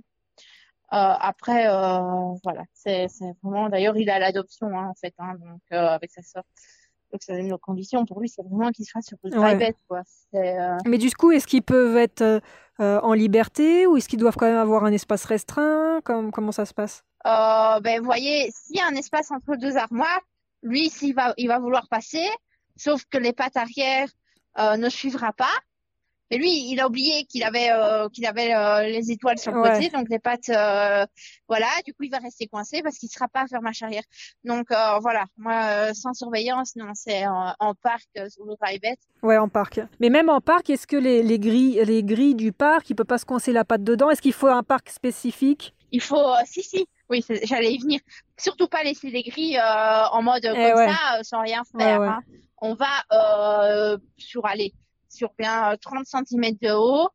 [SPEAKER 2] après, euh, voilà, c'est c'est vraiment. D'ailleurs, il a l'adoption, hein, en fait, hein, donc euh, avec sa sœur. Donc, ça donne nos conditions. Pour lui, c'est vraiment qu'il soit sur le dry
[SPEAKER 1] Ouais.
[SPEAKER 2] bed, quoi. C'est, euh,
[SPEAKER 1] Mais du coup, est-ce qu'ils peuvent être euh, euh, en liberté ou est-ce qu'ils doivent quand même avoir un espace restreint? Comme- comment ça se passe?
[SPEAKER 2] Euh, ben, vous voyez, s'il y a un espace entre deux armoires, lui, s'il va, il va vouloir passer, sauf que les pattes arrière euh, ne suivra pas. Mais lui, il a oublié qu'il avait, euh, qu'il avait euh, les étoiles sur le
[SPEAKER 1] Ouais.
[SPEAKER 2] côté, donc les pattes, euh, voilà. Du coup, il va rester coincé parce qu'il ne sera pas à faire marche arrière. Donc euh, voilà, moi, euh, sans surveillance, non, c'est en, en parc euh, sur le dry bed.
[SPEAKER 1] Ouais, en parc. Mais même en parc, est-ce que les, les grilles, les grilles du parc, il peut pas se coincer la patte dedans? Est-ce qu'il faut un parc spécifique?
[SPEAKER 2] Il faut, euh, si, si, oui, c'est- j'allais y venir. Surtout pas laisser les grilles euh, en mode
[SPEAKER 1] Eh
[SPEAKER 2] comme
[SPEAKER 1] ouais,
[SPEAKER 2] ça, euh, sans rien
[SPEAKER 1] ouais,
[SPEAKER 2] faire,
[SPEAKER 1] ouais.
[SPEAKER 2] hein. On va euh, sur aller sur bien euh, trente centimètres de haut,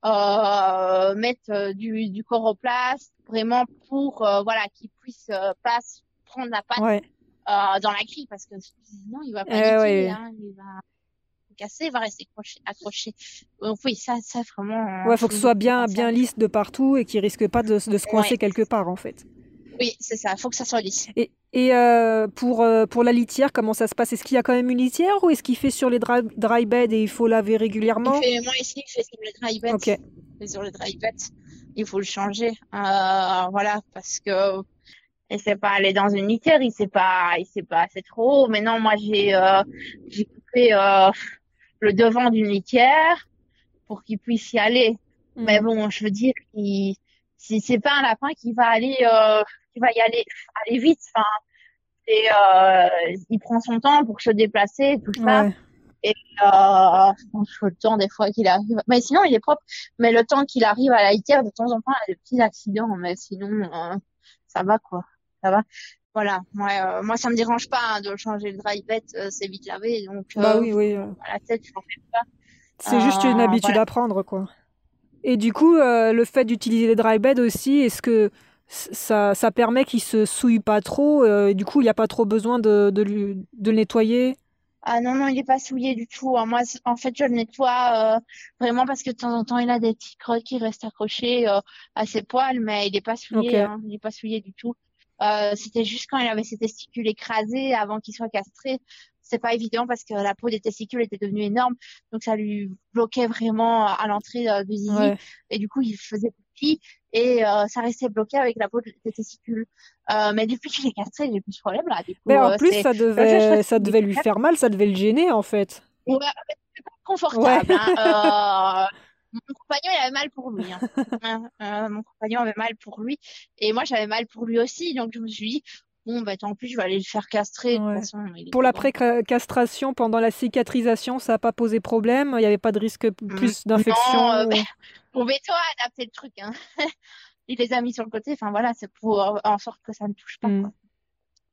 [SPEAKER 2] euh, mettre euh, du, du coroplast, vraiment pour euh, voilà qu'il puisse euh, pas se prendre la patte
[SPEAKER 1] Ouais.
[SPEAKER 2] euh, dans la grille parce que sinon il va
[SPEAKER 1] Eh ouais,
[SPEAKER 2] paniquer,
[SPEAKER 1] ouais.
[SPEAKER 2] hein, il va casser, il va rester accroché. accroché. Donc oui, ça, ça vraiment, euh,
[SPEAKER 1] Ouais, faut que
[SPEAKER 2] faut,
[SPEAKER 1] ce soit
[SPEAKER 2] faut
[SPEAKER 1] bien,
[SPEAKER 2] penser à
[SPEAKER 1] bien
[SPEAKER 2] tout.
[SPEAKER 1] lisse de partout et qu'il risque pas de, de se
[SPEAKER 2] Ouais,
[SPEAKER 1] coincer quelque part, en fait.
[SPEAKER 2] oui, c'est ça, faut que ça soit lisse.
[SPEAKER 1] Et, et euh, pour, euh, pour la litière, comment ça se passe? Est-ce qu'il y a quand même une litière ou est-ce qu'il fait sur les dry, dry beds et il faut laver
[SPEAKER 2] Il
[SPEAKER 1] régulièrement?
[SPEAKER 2] fait, moi ici, il fait sur le dry bed.
[SPEAKER 1] Ok.
[SPEAKER 2] Il fait sur le dry bed. Il faut le changer. Euh, voilà, parce que il sait pas aller dans une litière, il sait pas, il sait pas, c'est trop haut. Maintenant, moi, j'ai, euh, j'ai coupé, euh, le devant d'une litière pour qu'il puisse y aller. Mais
[SPEAKER 1] Hmm.
[SPEAKER 2] bon, je veux dire, il, si c'est pas un lapin qui va aller, euh, qui va y aller, aller vite. Enfin, c'est, euh, il prend son temps pour se déplacer, tout ça.
[SPEAKER 1] Ouais.
[SPEAKER 2] Et euh, je pense que le temps des fois qu'il arrive. Mais sinon, il est propre. Mais le temps qu'il arrive à la litière, de temps en temps, il y a des petits accidents. Mais sinon, euh, ça va quoi. Ça va. Voilà. Moi, euh, moi, ça me dérange pas hein, de changer le dry bed. Euh, c'est vite lavé. Donc,
[SPEAKER 1] Bah
[SPEAKER 2] euh,
[SPEAKER 1] oui, oui. euh,
[SPEAKER 2] à la tête, je n'en fais pas.
[SPEAKER 1] C'est juste une
[SPEAKER 2] Euh,
[SPEAKER 1] habitude
[SPEAKER 2] voilà.
[SPEAKER 1] à prendre, quoi. Et du coup, euh, le fait d'utiliser les dry beds aussi, est-ce que c- ça, ça permet qu'il se souille pas trop euh, et du coup, il n'y a pas trop besoin de, de, lui- de le nettoyer?
[SPEAKER 2] Ah non, non, il est pas souillé du tout, hein. Moi, c- en fait, je le nettoie euh, vraiment parce que de temps en temps, il a des petits crottes qui restent accrochés euh, à ses poils, mais il est pas
[SPEAKER 1] Ok.
[SPEAKER 2] souillé, hein. Il est pas souillé du tout. Euh, c'était juste quand il avait ses testicules écrasés avant qu'il soit castré. C'est pas évident parce que la peau des testicules était devenue énorme, donc ça lui bloquait vraiment à l'entrée euh, du zizi,
[SPEAKER 1] Ouais.
[SPEAKER 2] et du coup, il faisait pipi et euh, ça restait bloqué avec la peau des testicules. Euh, mais depuis qu'il est castré, j'ai plus ce problème là. Du coup,
[SPEAKER 1] Mais en
[SPEAKER 2] euh,
[SPEAKER 1] plus,
[SPEAKER 2] c'est
[SPEAKER 1] ça
[SPEAKER 2] l'autre chose, je crois
[SPEAKER 1] devait, ça
[SPEAKER 2] qu'il est
[SPEAKER 1] devait lui faire mal, ça devait le gêner, en fait.
[SPEAKER 2] Ouais, c'est pas
[SPEAKER 1] Ouais.
[SPEAKER 2] confortable, hein. Euh, mon compagnon, il avait mal pour lui, hein. Hein, euh, mon compagnon avait mal pour lui. Et moi, j'avais mal pour lui aussi. Donc, je me suis dit, bon, bah, tant pis, je vais aller le faire castrer. De toute
[SPEAKER 1] Ouais.
[SPEAKER 2] façon, il
[SPEAKER 1] Pour
[SPEAKER 2] était grand.
[SPEAKER 1] l'après-castration, pendant la cicatrisation, ça n'a pas posé problème? Il n'y avait pas de risque p-
[SPEAKER 2] Hum,
[SPEAKER 1] plus
[SPEAKER 2] Non, euh,
[SPEAKER 1] d'infection?
[SPEAKER 2] bah,
[SPEAKER 1] ou-
[SPEAKER 2] pouvez-toi adapter le truc, hein. Il les a mis sur le côté. Enfin, voilà, c'est pour euh, en sorte que ça ne touche pas,
[SPEAKER 1] Hmm.
[SPEAKER 2] quoi.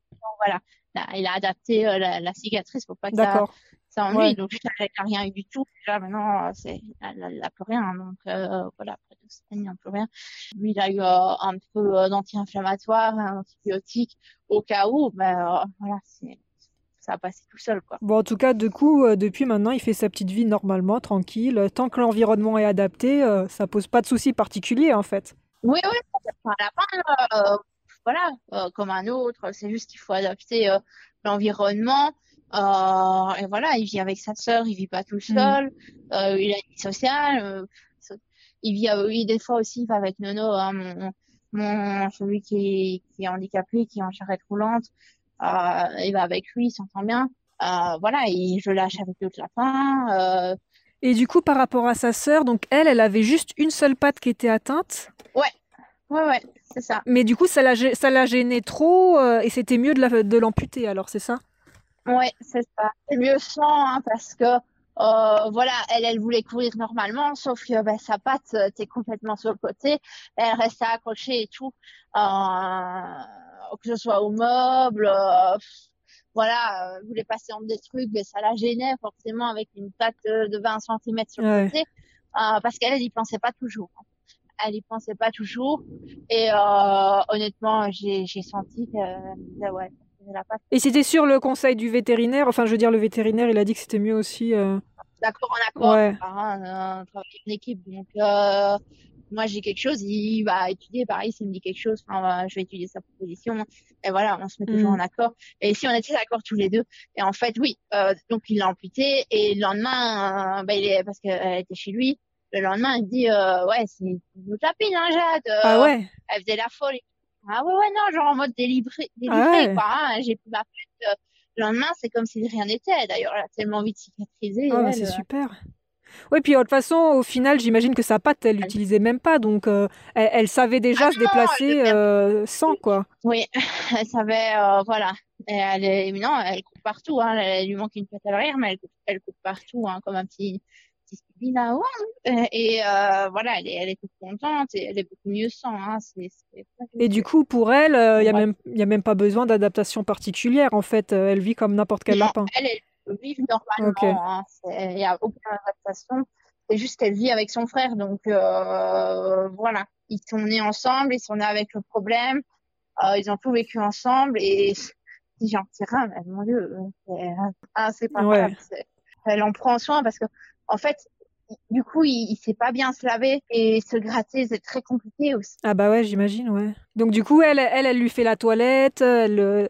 [SPEAKER 2] voilà, là, il a adapté euh, la, la cicatrice pour pas que ça,
[SPEAKER 1] D'accord.
[SPEAKER 2] ça ennuie.
[SPEAKER 1] Ouais.
[SPEAKER 2] Donc, elle n'a rien eu du tout. Là, maintenant, euh, c'est, elle n'a plus rien. Donc, euh, voilà, après deux semaines, il n'y a plus rien. Lui, il a eu euh, un peu euh, d'anti-inflammatoire, un antibiotique au cas où. Ben, euh, voilà, c'est, ça a passé tout seul, quoi.
[SPEAKER 1] Bon, en tout cas, du coup, euh, depuis maintenant, il fait sa petite vie normalement, tranquille. Euh, Tant que l'environnement est adapté, euh, ça pose pas de soucis particuliers, en fait.
[SPEAKER 2] Oui, oui, c'est pas un lapin, euh, voilà, euh, comme un autre. C'est juste qu'il faut adapter euh, l'environnement. Euh, et voilà, il vit avec sa sœur, il vit pas tout
[SPEAKER 1] Hmm.
[SPEAKER 2] seul. Euh, il a une vie sociale. euh, so- il vit, euh, oui, des fois aussi, il va avec Nono, hein, mon, mon, celui qui est, qui est handicapé, qui est en charrette roulante. Euh, il va avec lui, il s'entend bien. Euh, voilà, et je lâche avec d'autres lapins. Euh,
[SPEAKER 1] Et du coup, par rapport à sa sœur, donc elle, elle avait juste une seule patte qui était atteinte.
[SPEAKER 2] ouais, ouais, ouais, c'est ça.
[SPEAKER 1] Mais du coup, ça la, gê- ça la gênait trop euh, et c'était mieux de la- de l'amputer, alors, c'est ça?
[SPEAKER 2] Ouais, c'est ça. C'est mieux sans, hein, parce que euh, voilà, elle, elle voulait courir normalement, sauf que ben, sa patte euh, était complètement sur le côté. Elle restait accrochée et tout, euh, que ce soit au meuble. Euh, voilà, euh, elle voulait passer entre des trucs, mais ça la gênait forcément avec une patte de, de vingt centimètres sur le
[SPEAKER 1] Ouais.
[SPEAKER 2] côté, euh, parce qu'elle, elle y pensait pas toujours. Hein. Elle y pensait pas toujours. Et euh, honnêtement, j'ai j'ai senti que euh, ouais, la patte.
[SPEAKER 1] Et c'était sur le conseil du vétérinaire, enfin, je veux dire, le vétérinaire, il a dit que c'était mieux aussi. euh,
[SPEAKER 2] D'accord en accord,
[SPEAKER 1] Ouais.
[SPEAKER 2] hein, on travaille en équipe. Donc, euh, moi, j'ai quelque chose, il va étudier. Pareil, s'il me dit quelque chose, enfin, je vais étudier sa proposition. Et voilà, on se met toujours
[SPEAKER 1] Hmm.
[SPEAKER 2] en accord. Et si on était d'accord tous les deux, et en fait, oui, euh, donc il l'a amputé. Et le lendemain, euh, bah, il est, parce qu'elle était chez lui, le lendemain, il dit, euh, ouais, c'est une tapine, hein, Jade.
[SPEAKER 1] Ah
[SPEAKER 2] Euh,
[SPEAKER 1] ouais?
[SPEAKER 2] elle faisait la folle. Ah ouais, ouais, non, genre en mode délivré,
[SPEAKER 1] Ah
[SPEAKER 2] délivré,
[SPEAKER 1] ouais?
[SPEAKER 2] quoi. Hein, j'ai pris ma fête. Euh, le lendemain, c'est comme si de rien n'était. D'ailleurs, elle a tellement vite cicatrisé,
[SPEAKER 1] Ah bah
[SPEAKER 2] elle.
[SPEAKER 1] c'est
[SPEAKER 2] Euh,
[SPEAKER 1] super. Ouais, puis de toute façon, au final, j'imagine que sa patte, elle l'utilisait même pas, donc euh, elle, elle savait
[SPEAKER 2] Ah
[SPEAKER 1] déjà se
[SPEAKER 2] non, elle
[SPEAKER 1] déplacer
[SPEAKER 2] devient...
[SPEAKER 1] euh, sans, quoi.
[SPEAKER 2] Oui, elle savait, euh, voilà. Et elle est... Non, elle coupe partout, hein. Elle, lui manque une patte à l'arrière, mais elle coupe, elle coupe partout, hein, comme un petit, petit Scooby, là. Ouais. Et euh, voilà, elle est, elle est toute contente et elle est beaucoup mieux sans, hein. C'est, c'est...
[SPEAKER 1] Et du coup, pour elle, il y a
[SPEAKER 2] Bon, ouais.
[SPEAKER 1] même, y a même pas besoin d'adaptation particulière, en fait. Euh, elle vit comme n'importe quel
[SPEAKER 2] Non,
[SPEAKER 1] lapin.
[SPEAKER 2] elle, elle peut vivre
[SPEAKER 1] Ok.
[SPEAKER 2] normalement, hein. Il n'y a aucune adaptation. C'est juste qu'elle vit avec son frère, donc euh, voilà. Ils sont nés ensemble, ils sont nés avec le problème. Euh, ils ont tout vécu ensemble et si j'en tire un, mais mon Dieu, euh, c'est inséparable.
[SPEAKER 1] Ouais.
[SPEAKER 2] C'est- Elle en prend soin parce que, en fait, du coup, il, il sait pas bien se laver et se gratter, c'est très compliqué aussi.
[SPEAKER 1] Ah bah ouais, j'imagine, ouais. Donc du coup, elle, elle, elle lui fait la toilette, elle... euh,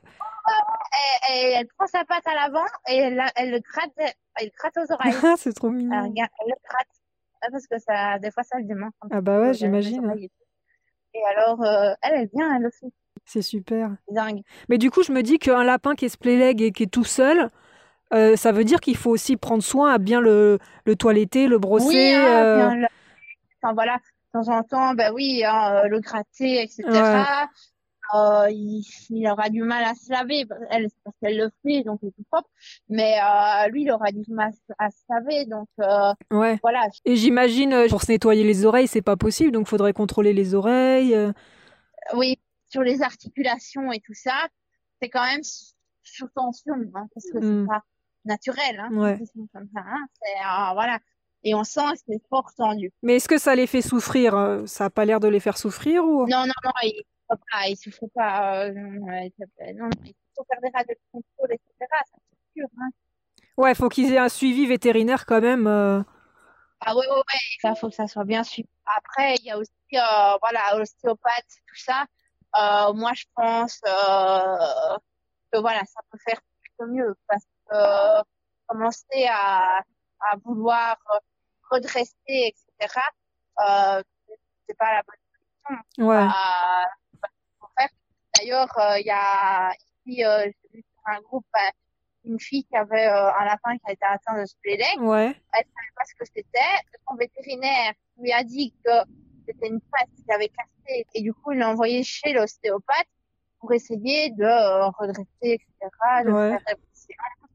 [SPEAKER 2] Et, et elle prend sa patte à l'avant et elle, la- elle le gratte, elle le gratte aux oreilles.
[SPEAKER 1] C'est trop
[SPEAKER 2] Elle,
[SPEAKER 1] mignon.
[SPEAKER 2] regarde- elle le gratte. Ouais, parce que ça, des fois, ça le démange un
[SPEAKER 1] Ah
[SPEAKER 2] petit
[SPEAKER 1] bah ouais,
[SPEAKER 2] peu derrière les
[SPEAKER 1] j'imagine.
[SPEAKER 2] oreilles et tout. Et alors, euh, elle, elle vient, elle le fait.
[SPEAKER 1] C'est super.
[SPEAKER 2] C'est dingue.
[SPEAKER 1] Mais du coup, je me dis qu'un lapin qui est spléleg et qui est tout seul, euh, ça veut dire qu'il faut aussi prendre soin à bien le, le toiletter, le
[SPEAKER 2] Oui,
[SPEAKER 1] brosser.
[SPEAKER 2] hein,
[SPEAKER 1] euh,
[SPEAKER 2] bien enfin voilà, de temps en temps, ben oui, hein, euh, le gratter,
[SPEAKER 1] Ouais.
[SPEAKER 2] et cetera. Euh, il, il aura du mal à se laver, elle, c'est parce qu'elle le fait, donc il est tout propre. Mais euh, lui, il aura du mal à se laver, donc euh,
[SPEAKER 1] Ouais.
[SPEAKER 2] voilà.
[SPEAKER 1] Et j'imagine, euh, pour se nettoyer les oreilles, c'est pas possible, donc faudrait contrôler les oreilles. euh.
[SPEAKER 2] Oui, sur les articulations et tout ça, c'est quand même s- sous tension, hein, parce que c'est
[SPEAKER 1] Hmm.
[SPEAKER 2] pas naturel, hein, quand
[SPEAKER 1] Ouais.
[SPEAKER 2] ils sont comme ça, hein, c'est euh, voilà. Et on sent que c'est fort tendu.
[SPEAKER 1] Mais est-ce que ça les fait souffrir? euh, Ça a pas l'air de les faire souffrir ou?
[SPEAKER 2] Non, non, non, il souffre pas, il souffre pas. Euh, non, euh, il s'appelle- non, il faut faire des radios de contrôle, et cetera. Ça, c'est sûr, hein.
[SPEAKER 1] Ouais, faut qu'ils aient un suivi vétérinaire quand même. euh.
[SPEAKER 2] Ah ouais, ouais, ouais, ça, faut que ça soit bien suivi. Après, il y a aussi, euh, voilà, ostéopathe, tout ça. Euh, moi, je pense euh, que voilà, ça peut faire plutôt mieux parce que euh, commencer à, à vouloir redresser, et cetera. Euh, c'est pas la bonne solution.
[SPEAKER 1] Ouais.
[SPEAKER 2] Pas, faut faire. D'ailleurs, euh, il y a ici, euh, j'ai vu sur un groupe, euh, une fille qui avait euh, un lapin qui a été atteint de splélex.
[SPEAKER 1] Ouais.
[SPEAKER 2] Elle savait pas ce que c'était. Son vétérinaire lui a dit que c'était une patte qui avait cassé et du coup, il l'a envoyé chez l'ostéopathe pour essayer de euh, redresser, et cetera, de
[SPEAKER 1] Ouais.
[SPEAKER 2] faire réparation.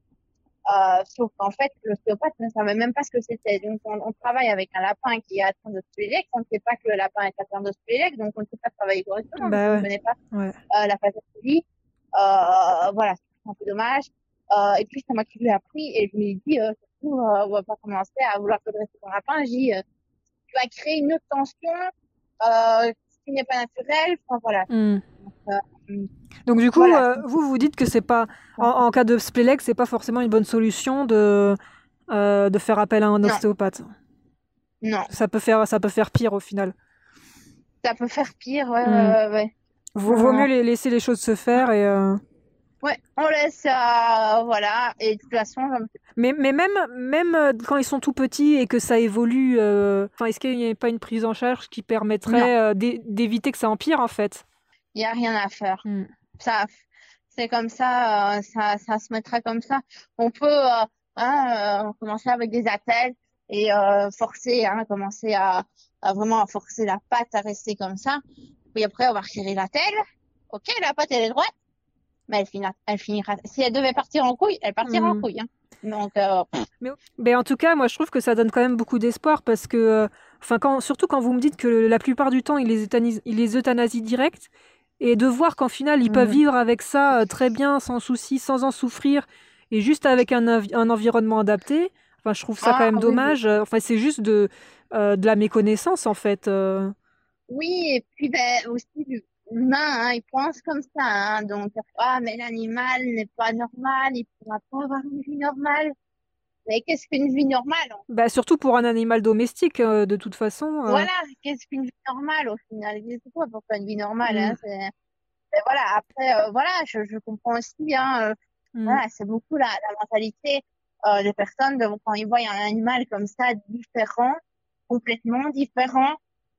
[SPEAKER 2] Euh, sauf qu'en fait, l'ostéopathe ne savait même pas ce que c'était. Donc, on, on travaille avec un lapin qui est atteint de splélex. On ne sait pas que le lapin est atteint de splélex, donc on ne peut pas travailler correctement parce
[SPEAKER 1] Bah
[SPEAKER 2] qu'on ne
[SPEAKER 1] ouais.
[SPEAKER 2] connaît pas
[SPEAKER 1] Ouais.
[SPEAKER 2] euh, la pathologie. Euh, voilà, c'est un peu dommage. Euh, et puis, ça m'a qui lui appris et je lui ai dit, euh, surtout, euh, on va pas commencer à vouloir te dresser ton lapin. J'ai dit, euh, tu vas créer une autre tension, euh, ce qui n'est pas naturel. Enfin, voilà.
[SPEAKER 1] Hmm.
[SPEAKER 2] Donc, euh,
[SPEAKER 1] Donc du coup,
[SPEAKER 2] voilà.
[SPEAKER 1] euh, vous vous dites que c'est pas en, en cas de spray leg, c'est pas forcément une bonne solution de euh, de faire appel à un
[SPEAKER 2] Non,
[SPEAKER 1] ostéopathe.
[SPEAKER 2] non.
[SPEAKER 1] Ça peut faire ça peut faire pire au final.
[SPEAKER 2] Ça peut faire pire, ouais,
[SPEAKER 1] Hmm.
[SPEAKER 2] ouais, ouais, ouais.
[SPEAKER 1] Vaut, vaut mieux
[SPEAKER 2] Non.
[SPEAKER 1] les, laisser les choses se faire et euh,
[SPEAKER 2] Ouais, on laisse, euh, voilà. Et de toute façon, comme-
[SPEAKER 1] mais mais même même euh, quand ils sont tout petits et que ça évolue, euh, enfin est-ce qu'il n'y a pas une prise en charge qui
[SPEAKER 2] non,
[SPEAKER 1] permettrait euh, d'é- d'éviter que ça empire en fait?
[SPEAKER 2] il n'y a rien à faire.
[SPEAKER 1] Hmm.
[SPEAKER 2] Ça, c'est comme ça, euh, ça, ça se mettra comme ça. On peut euh, hein, euh, commencer avec des attelles et euh, forcer, hein, commencer à, à vraiment à forcer la patte à rester comme ça. Puis après, on va retirer l'attelle. Ok, la patte, elle est droite, mais elle finira, elle finira. Si elle devait partir en couille, elle partira en
[SPEAKER 1] Hmm.
[SPEAKER 2] couille. Hein. Donc, euh,
[SPEAKER 1] Mais, mais en tout cas, moi je trouve que ça donne quand même beaucoup d'espoir parce que, euh, enfin, quand, surtout quand vous me dites que la plupart du temps ils les euthanasient, ils les euthanasient direct et de voir qu'en final ils peuvent
[SPEAKER 2] mm,
[SPEAKER 1] vivre avec ça euh, très bien, sans souci, sans en souffrir et juste avec un, envi- un environnement adapté, enfin, je trouve ça quand
[SPEAKER 2] ah
[SPEAKER 1] même
[SPEAKER 2] oui, oui.
[SPEAKER 1] dommage. Euh, Enfin, c'est juste de, euh, de la méconnaissance en fait. euh.
[SPEAKER 2] Oui, et puis ben, aussi l'humain, hein, il pense comme ça. Hein, donc, ah, mais l'animal n'est pas normal, il ne pourra pas avoir une vie normale. Mais qu'est-ce qu'une vie normale? En
[SPEAKER 1] Bah, surtout pour un animal domestique, euh, de toute façon. euh.
[SPEAKER 2] Voilà, qu'est-ce qu'une vie normale au final? C'est quoi pour toi une vie normale? Hein?
[SPEAKER 1] Mm,
[SPEAKER 2] C'est... Mais voilà, après, euh, voilà, je, je comprends aussi, hein, euh,
[SPEAKER 1] mm.
[SPEAKER 2] voilà, c'est beaucoup la, la mentalité euh, des personnes de, quand ils voient un animal comme ça, différent, complètement différent,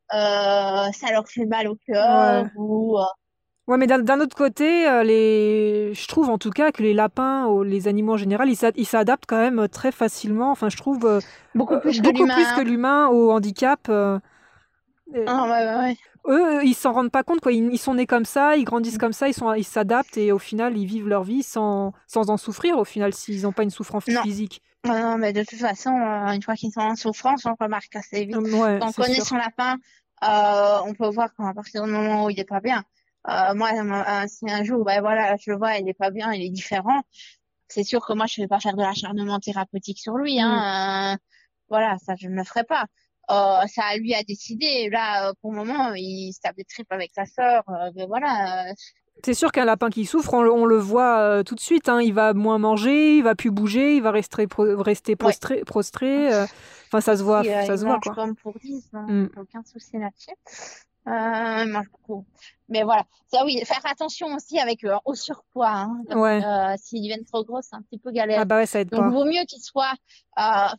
[SPEAKER 2] euh, ça leur fait mal au cœur
[SPEAKER 1] Ouais.
[SPEAKER 2] ou... euh,
[SPEAKER 1] Ouais, mais d'un d'un autre côté, euh, les... je trouve en tout cas que les lapins ou les animaux en général, ils s'a- ils s'adaptent quand même euh, très facilement. Enfin, je trouve euh,
[SPEAKER 2] beaucoup
[SPEAKER 1] euh,
[SPEAKER 2] plus que
[SPEAKER 1] beaucoup plus que
[SPEAKER 2] l'humain. Hein.
[SPEAKER 1] l'humain au handicap. euh, et
[SPEAKER 2] Ah, ouais, ouais, ouais.
[SPEAKER 1] eux, euh, ils s'en rendent pas compte, quoi. Ils, ils sont nés comme ça, ils grandissent comme ça, ils sont, ils s'adaptent et au final, ils vivent leur vie sans, sans en souffrir. Au final, s'ils n'ont pas une souffrance
[SPEAKER 2] Non,
[SPEAKER 1] physique.
[SPEAKER 2] non, non, mais de toute façon, euh, une fois qu'ils sont en souffrance, on remarque assez vite.
[SPEAKER 1] Hum, ouais,
[SPEAKER 2] Quand on
[SPEAKER 1] c'est
[SPEAKER 2] connaît son
[SPEAKER 1] sûr.
[SPEAKER 2] lapin, euh, on peut voir qu'à partir du moment où il est pas bien, euh, moi, euh, si un jour, ben voilà, je le vois, il est pas bien, il est différent, c'est sûr que moi, je vais pas faire de l'acharnement thérapeutique sur lui,
[SPEAKER 1] Hum.
[SPEAKER 2] hein. Euh, voilà, ça, je ne le ferai pas. Euh, ça à lui à décider. Là, euh, pour le moment, il se tape des tripes avec sa sœur. Euh, ben voilà. euh,
[SPEAKER 1] C'est sûr qu'un lapin qui souffre, on, le on le voit euh, tout de suite. Hein. Il va moins manger, il va plus bouger, il va rester, pro- rester
[SPEAKER 2] ouais.
[SPEAKER 1] prostré. prostré, euh. Enfin, ça se voit,
[SPEAKER 2] Si, euh,
[SPEAKER 1] ça
[SPEAKER 2] il
[SPEAKER 1] se voit,
[SPEAKER 2] mange
[SPEAKER 1] quoi.
[SPEAKER 2] comme pour dix, donc
[SPEAKER 1] Mm.
[SPEAKER 2] aucun souci là-dessus. Euh, il mange beaucoup. Mais voilà, ça oui, faire attention aussi avec eux, hein, au surpoids, hein, parce que
[SPEAKER 1] Ouais.
[SPEAKER 2] euh, s'ils deviennent trop gros, c'est un petit peu
[SPEAKER 1] Ah
[SPEAKER 2] galère.
[SPEAKER 1] bah ouais, ça aide
[SPEAKER 2] Donc,
[SPEAKER 1] pas.
[SPEAKER 2] vaut mieux qu'ils soient euh,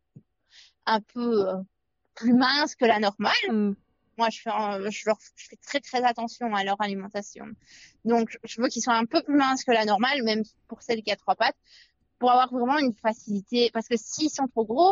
[SPEAKER 2] un peu euh, plus minces que la normale.
[SPEAKER 1] Mm.
[SPEAKER 2] Moi, je fais, euh, je leur, je fais très très attention à leur alimentation. Donc, je je veux qu'ils soient un peu plus minces que la normale, même pour celle qui a trois pattes, pour avoir vraiment une facilité. Parce que s'ils sont trop gros,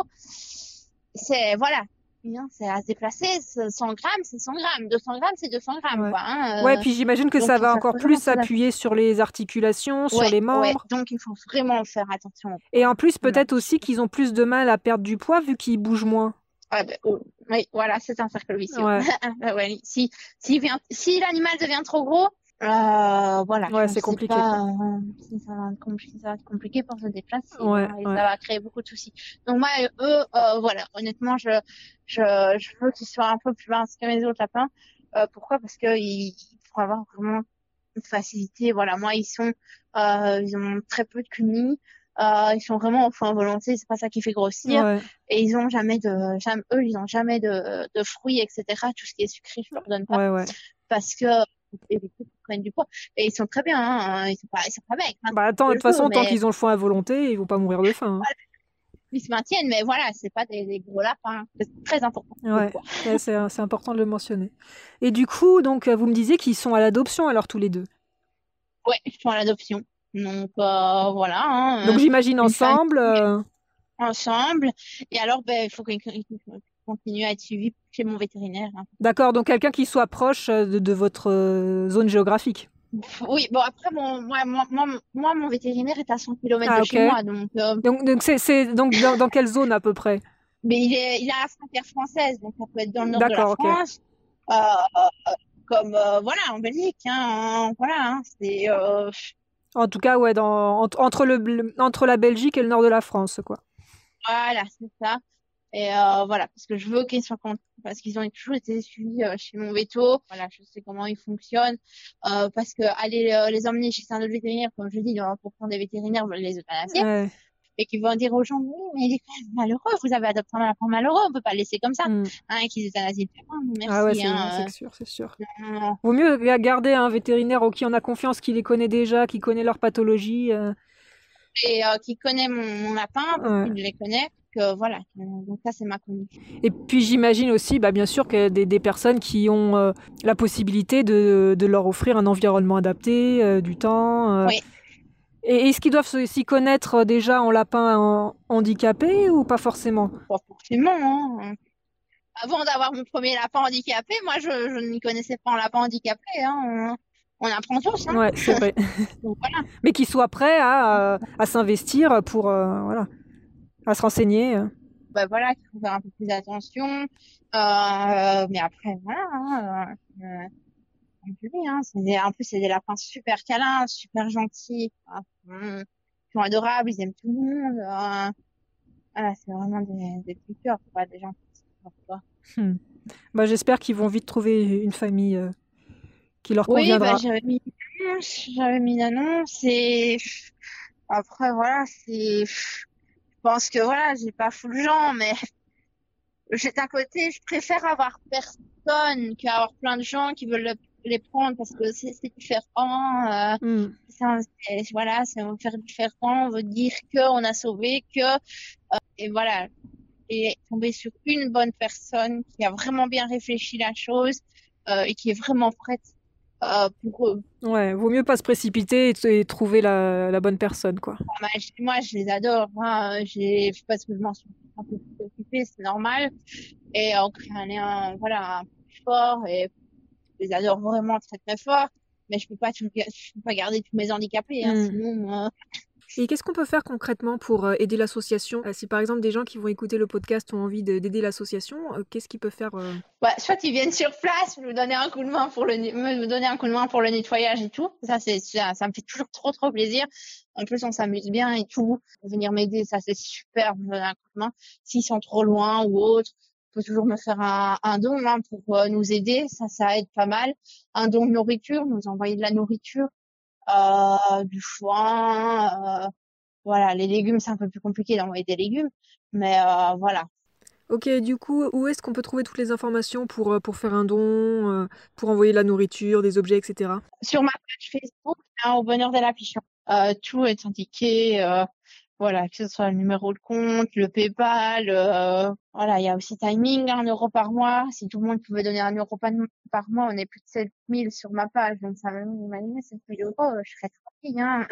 [SPEAKER 2] c'est, voilà, hein, c'est à se déplacer. c'est cent grammes, c'est cent grammes. deux cents grammes, c'est deux cents grammes,
[SPEAKER 1] Ouais.
[SPEAKER 2] quoi.
[SPEAKER 1] Ouais,
[SPEAKER 2] Hein, euh,
[SPEAKER 1] puis j'imagine que
[SPEAKER 2] donc,
[SPEAKER 1] ça
[SPEAKER 2] il faut
[SPEAKER 1] va
[SPEAKER 2] faire
[SPEAKER 1] encore
[SPEAKER 2] vraiment
[SPEAKER 1] plus
[SPEAKER 2] très attention.
[SPEAKER 1] s'appuyer sur les articulations, sur
[SPEAKER 2] Ouais,
[SPEAKER 1] les
[SPEAKER 2] ouais.
[SPEAKER 1] membres.
[SPEAKER 2] Donc, il faut vraiment faire attention au
[SPEAKER 1] Et
[SPEAKER 2] poids.
[SPEAKER 1] en plus,
[SPEAKER 2] Voilà.
[SPEAKER 1] peut-être aussi qu'ils ont plus de mal à perdre du poids vu qu'ils bougent moins.
[SPEAKER 2] Ah ben, oh, oui, voilà, c'est un cercle vicieux.
[SPEAKER 1] Ouais,
[SPEAKER 2] Ah ouais, si, si, vient, si l'animal devient trop gros, euh, voilà, je
[SPEAKER 1] ouais,
[SPEAKER 2] ne
[SPEAKER 1] c'est
[SPEAKER 2] sais
[SPEAKER 1] compliqué, quoi.
[SPEAKER 2] pas euh, si ça va, être compli- ça va être compliqué pour se déplacer,
[SPEAKER 1] Ouais,
[SPEAKER 2] hein, et
[SPEAKER 1] ouais.
[SPEAKER 2] ça va créer beaucoup de soucis. Donc moi, eux, euh, voilà, honnêtement, je, je, je veux qu'ils soient un peu plus minces que mes autres lapins. Euh, pourquoi? Parce que ils, pour avoir vraiment une facilité, voilà, moi, ils sont, euh, ils ont très peu de chenilles. Euh, ils sont vraiment au fond volonté, c'est pas ça qui fait grossir.
[SPEAKER 1] Ouais,
[SPEAKER 2] Et ils ont jamais de, jamais, eux, ils ont jamais de, de fruits, et cetera. Tout ce qui est sucré, je leur donne pas
[SPEAKER 1] ouais, ouais.
[SPEAKER 2] parce que pour éviter qu'ils prennent du poids. Et ils sont très bien, hein. Ils sont pas, ils sont pas mecs, hein,
[SPEAKER 1] Bah
[SPEAKER 2] c'est
[SPEAKER 1] attends,
[SPEAKER 2] un
[SPEAKER 1] de
[SPEAKER 2] peu
[SPEAKER 1] toute
[SPEAKER 2] le feu,
[SPEAKER 1] façon, tant
[SPEAKER 2] mais
[SPEAKER 1] qu'ils ont le foin à volonté, ils vont pas mourir de faim.
[SPEAKER 2] ils se maintiennent. Mais voilà, c'est pas des, des gros lapins. C'est très important,
[SPEAKER 1] Hein.
[SPEAKER 2] le
[SPEAKER 1] Ouais,
[SPEAKER 2] poids.
[SPEAKER 1] ouais, c'est c'est important de le mentionner. Et du coup, donc, euh, vous me disiez qu'ils sont à l'adoption alors tous les deux.
[SPEAKER 2] Ouais, ils sont à l'adoption. Donc euh, voilà, hein,
[SPEAKER 1] Donc
[SPEAKER 2] euh,
[SPEAKER 1] j'imagine
[SPEAKER 2] une famille
[SPEAKER 1] ensemble. euh,
[SPEAKER 2] ensemble. Et alors, ben, il faut qu'ils qu'ils continuent à être suivis chez mon vétérinaire. Hein.
[SPEAKER 1] D'accord, donc quelqu'un qui soit proche euh, de, de votre euh, zone géographique.
[SPEAKER 2] Oui, bon après, mon, moi, moi, moi, moi, mon vétérinaire est à cent kilomètres
[SPEAKER 1] Ah
[SPEAKER 2] de
[SPEAKER 1] ok.
[SPEAKER 2] chez moi, donc euh,
[SPEAKER 1] Donc donc c'est c'est donc dans, dans quelle zone à peu près?
[SPEAKER 2] mais il est, il est à la frontière française, donc ça peut être dans le nord de la
[SPEAKER 1] D'accord, ok.
[SPEAKER 2] France, euh, comme euh, voilà en Belgique, hein, voilà, hein, c'est euh,
[SPEAKER 1] En tout cas, ouais, dans, entre, entre, le, le- entre la Belgique et le nord de la France, quoi.
[SPEAKER 2] Voilà, c'est ça. Et euh, voilà, parce que je veux qu'ils soient contents, parce qu'ils ont toujours été suivis euh, chez mon veto. Voilà, je sais comment ils fonctionnent. Euh, parce que aller euh, les emmener chez un autre vétérinaire, comme je dis, dans pour prendre des vétérinaires veulent les euthanasier,
[SPEAKER 1] Ouais.
[SPEAKER 2] et qui vont dire aux gens, oui, mais il est quand même malheureux, vous avez adopté un enfant malheureux, on peut pas le laisser comme ça.
[SPEAKER 1] Mm.
[SPEAKER 2] Hein, et qu'ils euthanasient le enfant,
[SPEAKER 1] Ah ouais,
[SPEAKER 2] merci,
[SPEAKER 1] c'est c'est
[SPEAKER 2] hein.
[SPEAKER 1] sûr, c'est sûr.
[SPEAKER 2] Euh, non, non.
[SPEAKER 1] Vaut mieux ga- garder un vétérinaire en qui on a confiance, qui les connaît déjà, qui connaît leur pathologie. euh,
[SPEAKER 2] Et euh, qui connaît mon, mon lapin, parce
[SPEAKER 1] ouais.
[SPEAKER 2] qu'il les connaît, que voilà. Euh, Donc ça, c'est ma condition.
[SPEAKER 1] Et puis j'imagine aussi, bah, bien sûr, que des, des personnes qui ont euh, la possibilité de, de leur offrir un environnement adapté, euh, du temps. euh.
[SPEAKER 2] Oui,
[SPEAKER 1] Et est-ce qu'ils doivent se- s'y connaître euh, déjà en lapin en- handicapé ou pas forcément?
[SPEAKER 2] pas forcément, hein. Avant d'avoir mon premier lapin handicapé, moi, je, je ne m'y connaissais pas en lapin handicapé, hein. On, on apprend tous, hein.
[SPEAKER 1] Ouais, c'est vrai.
[SPEAKER 2] Donc voilà.
[SPEAKER 1] Mais qu'ils soient prêts à, euh, à s'investir pour, euh, voilà, à se renseigner. euh.
[SPEAKER 2] Bah voilà, il faut faire un peu plus attention. Euh, mais après, voilà, hein, euh, euh, comme je dis, hein, c'est des- en plus, c'est des lapins super câlins, super gentils, quoi. Hum, Ils sont adorables, ils aiment tout le monde. euh, Voilà, c'est vraiment des, des petits cœurs, quoi, des gens qui sont quoi.
[SPEAKER 1] Hmm. Bah, j'espère qu'ils vont vite trouver une famille euh, qui leur
[SPEAKER 2] Oui, bah,
[SPEAKER 1] conviendra.
[SPEAKER 2] j'avais mis une annonce, j'avais mis une annonce et après, voilà, c'est, je pense que voilà, j'ai pas fou le genre, mais j'ai d'un côté, je préfère avoir personne qu'avoir plein de gens qui veulent le- les prendre parce que c'est c'est différent. Euh,
[SPEAKER 1] Hmm.
[SPEAKER 2] c'est un- c'est- voilà, c'est on veut faire différent, on veut dire que on a sauvé, que et voilà, et tomber sur une bonne personne qui a vraiment bien réfléchi la chose euh, et qui est vraiment prête euh, pour eux.
[SPEAKER 1] Ouais, vaut mieux pas se précipiter et, t- et trouver la, la bonne personne, quoi.
[SPEAKER 2] Moi, je, moi, je les adore. Hein. J'ai, parce que je m'en suis un peu plus occupée, c'est normal. Et on crée un lien, voilà, un peu plus fort. Et je les adore vraiment très très fort. Mais je peux pas, tout- je peux pas garder tous mes handicapés. Hein,
[SPEAKER 1] Hmm.
[SPEAKER 2] sinon, euh,
[SPEAKER 1] Et qu'est-ce qu'on peut faire concrètement pour euh, aider l'association? Euh, Si par exemple des gens qui vont écouter le podcast ont envie de- d'aider l'association, euh, qu'est-ce qu'ils peuvent faire euh
[SPEAKER 2] ouais, soit ils viennent sur place, me donner un coup de main pour le, ne- me donner un coup de main pour le nettoyage et tout. Ça, c'est, ça, ça me fait toujours trop trop plaisir. En plus, on s'amuse bien et tout. Venir m'aider, ça c'est super, me donner un coup de main. S'ils sont trop loin ou autre, on peut toujours me faire un, un don hein, pour euh, nous aider. Ça, ça aide pas mal. Un don de nourriture, nous envoyer de la nourriture, euh, du foin. Euh, voilà, les légumes, c'est un peu plus compliqué d'envoyer des légumes, mais euh, voilà.
[SPEAKER 1] Ok, du coup, où est-ce qu'on peut trouver toutes les informations pour, euh, pour faire un don, euh, pour envoyer de la nourriture, des objets, et cetera.
[SPEAKER 2] Sur ma page Facebook, hein, au bonheur de la Pichon, euh, tout est indiqué. Euh, voilà, que ce soit le numéro de compte, le PayPal. Euh, voilà, il y a aussi Timing, un euro par mois. Si tout le monde pouvait donner un euro par par mois, on est plus de sept mille sur ma page. Donc ça m'imagine sept mille euros, euh, je serais tranquille. Hein.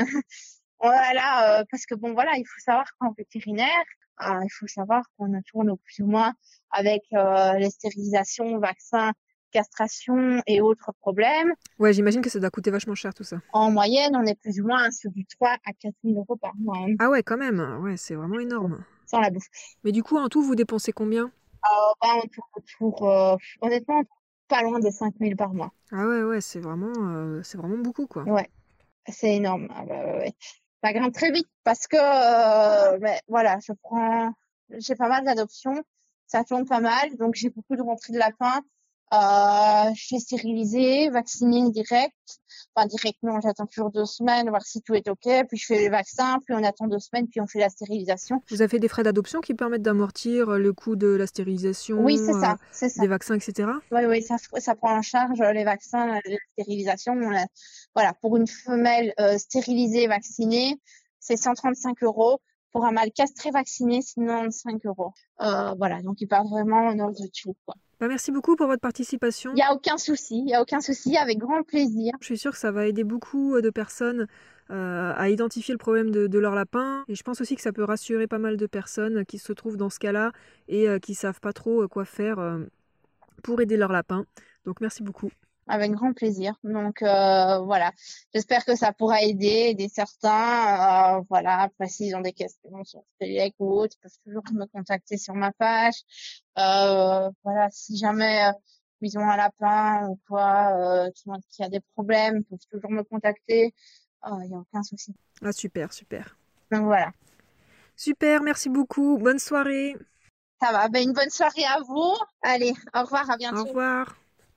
[SPEAKER 2] Voilà, euh, parce que bon, voilà, il faut savoir qu'en vétérinaire, euh, il faut savoir qu'on tourne au plus ou moins avec euh, les stérilisations, vaccins, castration et autres problèmes.
[SPEAKER 1] Ouais, j'imagine que ça doit coûter vachement cher tout ça.
[SPEAKER 2] En moyenne, on est plus ou moins sur du trois à quatre mille euros par mois, hein,
[SPEAKER 1] Ah ouais, quand même, ouais, c'est vraiment énorme.
[SPEAKER 2] sans la bouffe.
[SPEAKER 1] Mais du coup, en tout, vous dépensez combien?
[SPEAKER 2] Euh, bah, on tourne autour, euh, honnêtement, pas loin des cinq mille par mois.
[SPEAKER 1] Ah ouais, ouais, c'est vraiment, euh, c'est vraiment beaucoup, quoi.
[SPEAKER 2] Ouais, c'est énorme. Ah bah, ouais, ouais. Ça grimpe très vite parce que, euh, mais voilà, je prends, j'ai pas mal d'adoptions, ça tourne pas mal, donc j'ai beaucoup de rentrées de lapins. Euh, je fais stériliser, vacciner direct. Enfin, direct, non, j'attends toujours deux semaines, voir si tout est OK. Puis je fais les vaccins, puis on attend deux semaines, puis on fait la stérilisation.
[SPEAKER 1] Vous avez des frais d'adoption qui permettent d'amortir euh, le coût de la
[SPEAKER 2] Oui, c'est
[SPEAKER 1] stérilisation, euh,
[SPEAKER 2] ça, c'est ça.
[SPEAKER 1] des vaccins, et cetera.
[SPEAKER 2] Oui, oui, ça, ça prend en charge euh, les vaccins, euh, la stérilisation. On a- voilà, pour une femelle euh, stérilisée, vaccinée, c'est cent trente-cinq euros. Pour un mâle castré vacciné, c'est quatre-vingt-quinze euros. Euh, voilà, donc il part vraiment en ordre de tout, quoi.
[SPEAKER 1] Bah, merci beaucoup pour votre
[SPEAKER 2] Il
[SPEAKER 1] participation.
[SPEAKER 2] n'y a aucun souci, il n'y a aucun souci, avec grand plaisir.
[SPEAKER 1] Je suis sûre que ça va aider beaucoup euh, de personnes euh, à identifier le problème de, de leur lapin. Et je pense aussi que ça peut rassurer pas mal de personnes qui se trouvent dans ce cas-là et euh, qui savent pas trop euh, quoi faire euh, pour aider leur lapin. Donc merci beaucoup.
[SPEAKER 2] Avec grand plaisir. Donc euh, voilà, j'espère que ça pourra aider, aider certains. Euh, voilà, après s'ils ont des questions sur Spelec ou autre, ils peuvent toujours me contacter sur ma page. Euh, voilà, si jamais euh, ils ont un lapin ou quoi, euh, qui, ont- qui a des problèmes, ils peuvent toujours me contacter. il n'y a aucun souci.
[SPEAKER 1] Ah, super, super.
[SPEAKER 2] Donc voilà.
[SPEAKER 1] Super, merci beaucoup. Bonne soirée.
[SPEAKER 2] Ça va. Ben, une bonne soirée à vous. Allez, au revoir, à
[SPEAKER 1] Au
[SPEAKER 2] bientôt.
[SPEAKER 1] revoir.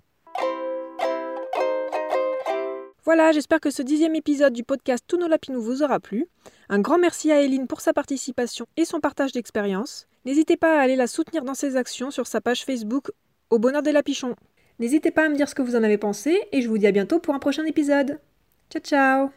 [SPEAKER 1] Voilà, j'espère que ce dixième épisode du podcast Tous nos lapinous vous aura plu. Un grand merci à Eline pour sa participation et son partage d'expérience. N'hésitez pas à aller la soutenir dans ses actions sur sa page Facebook Au bonheur des lapichons. N'hésitez pas à me dire ce que vous en avez pensé et je vous dis à bientôt pour un prochain épisode. Ciao ciao.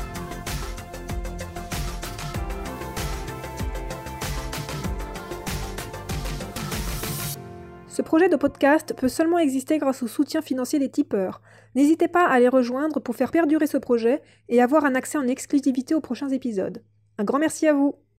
[SPEAKER 1] Ce projet de podcast peut seulement exister grâce au soutien financier des tipeurs. N'hésitez pas à les rejoindre pour faire perdurer ce projet et avoir un accès en exclusivité aux prochains épisodes. Un grand merci à vous!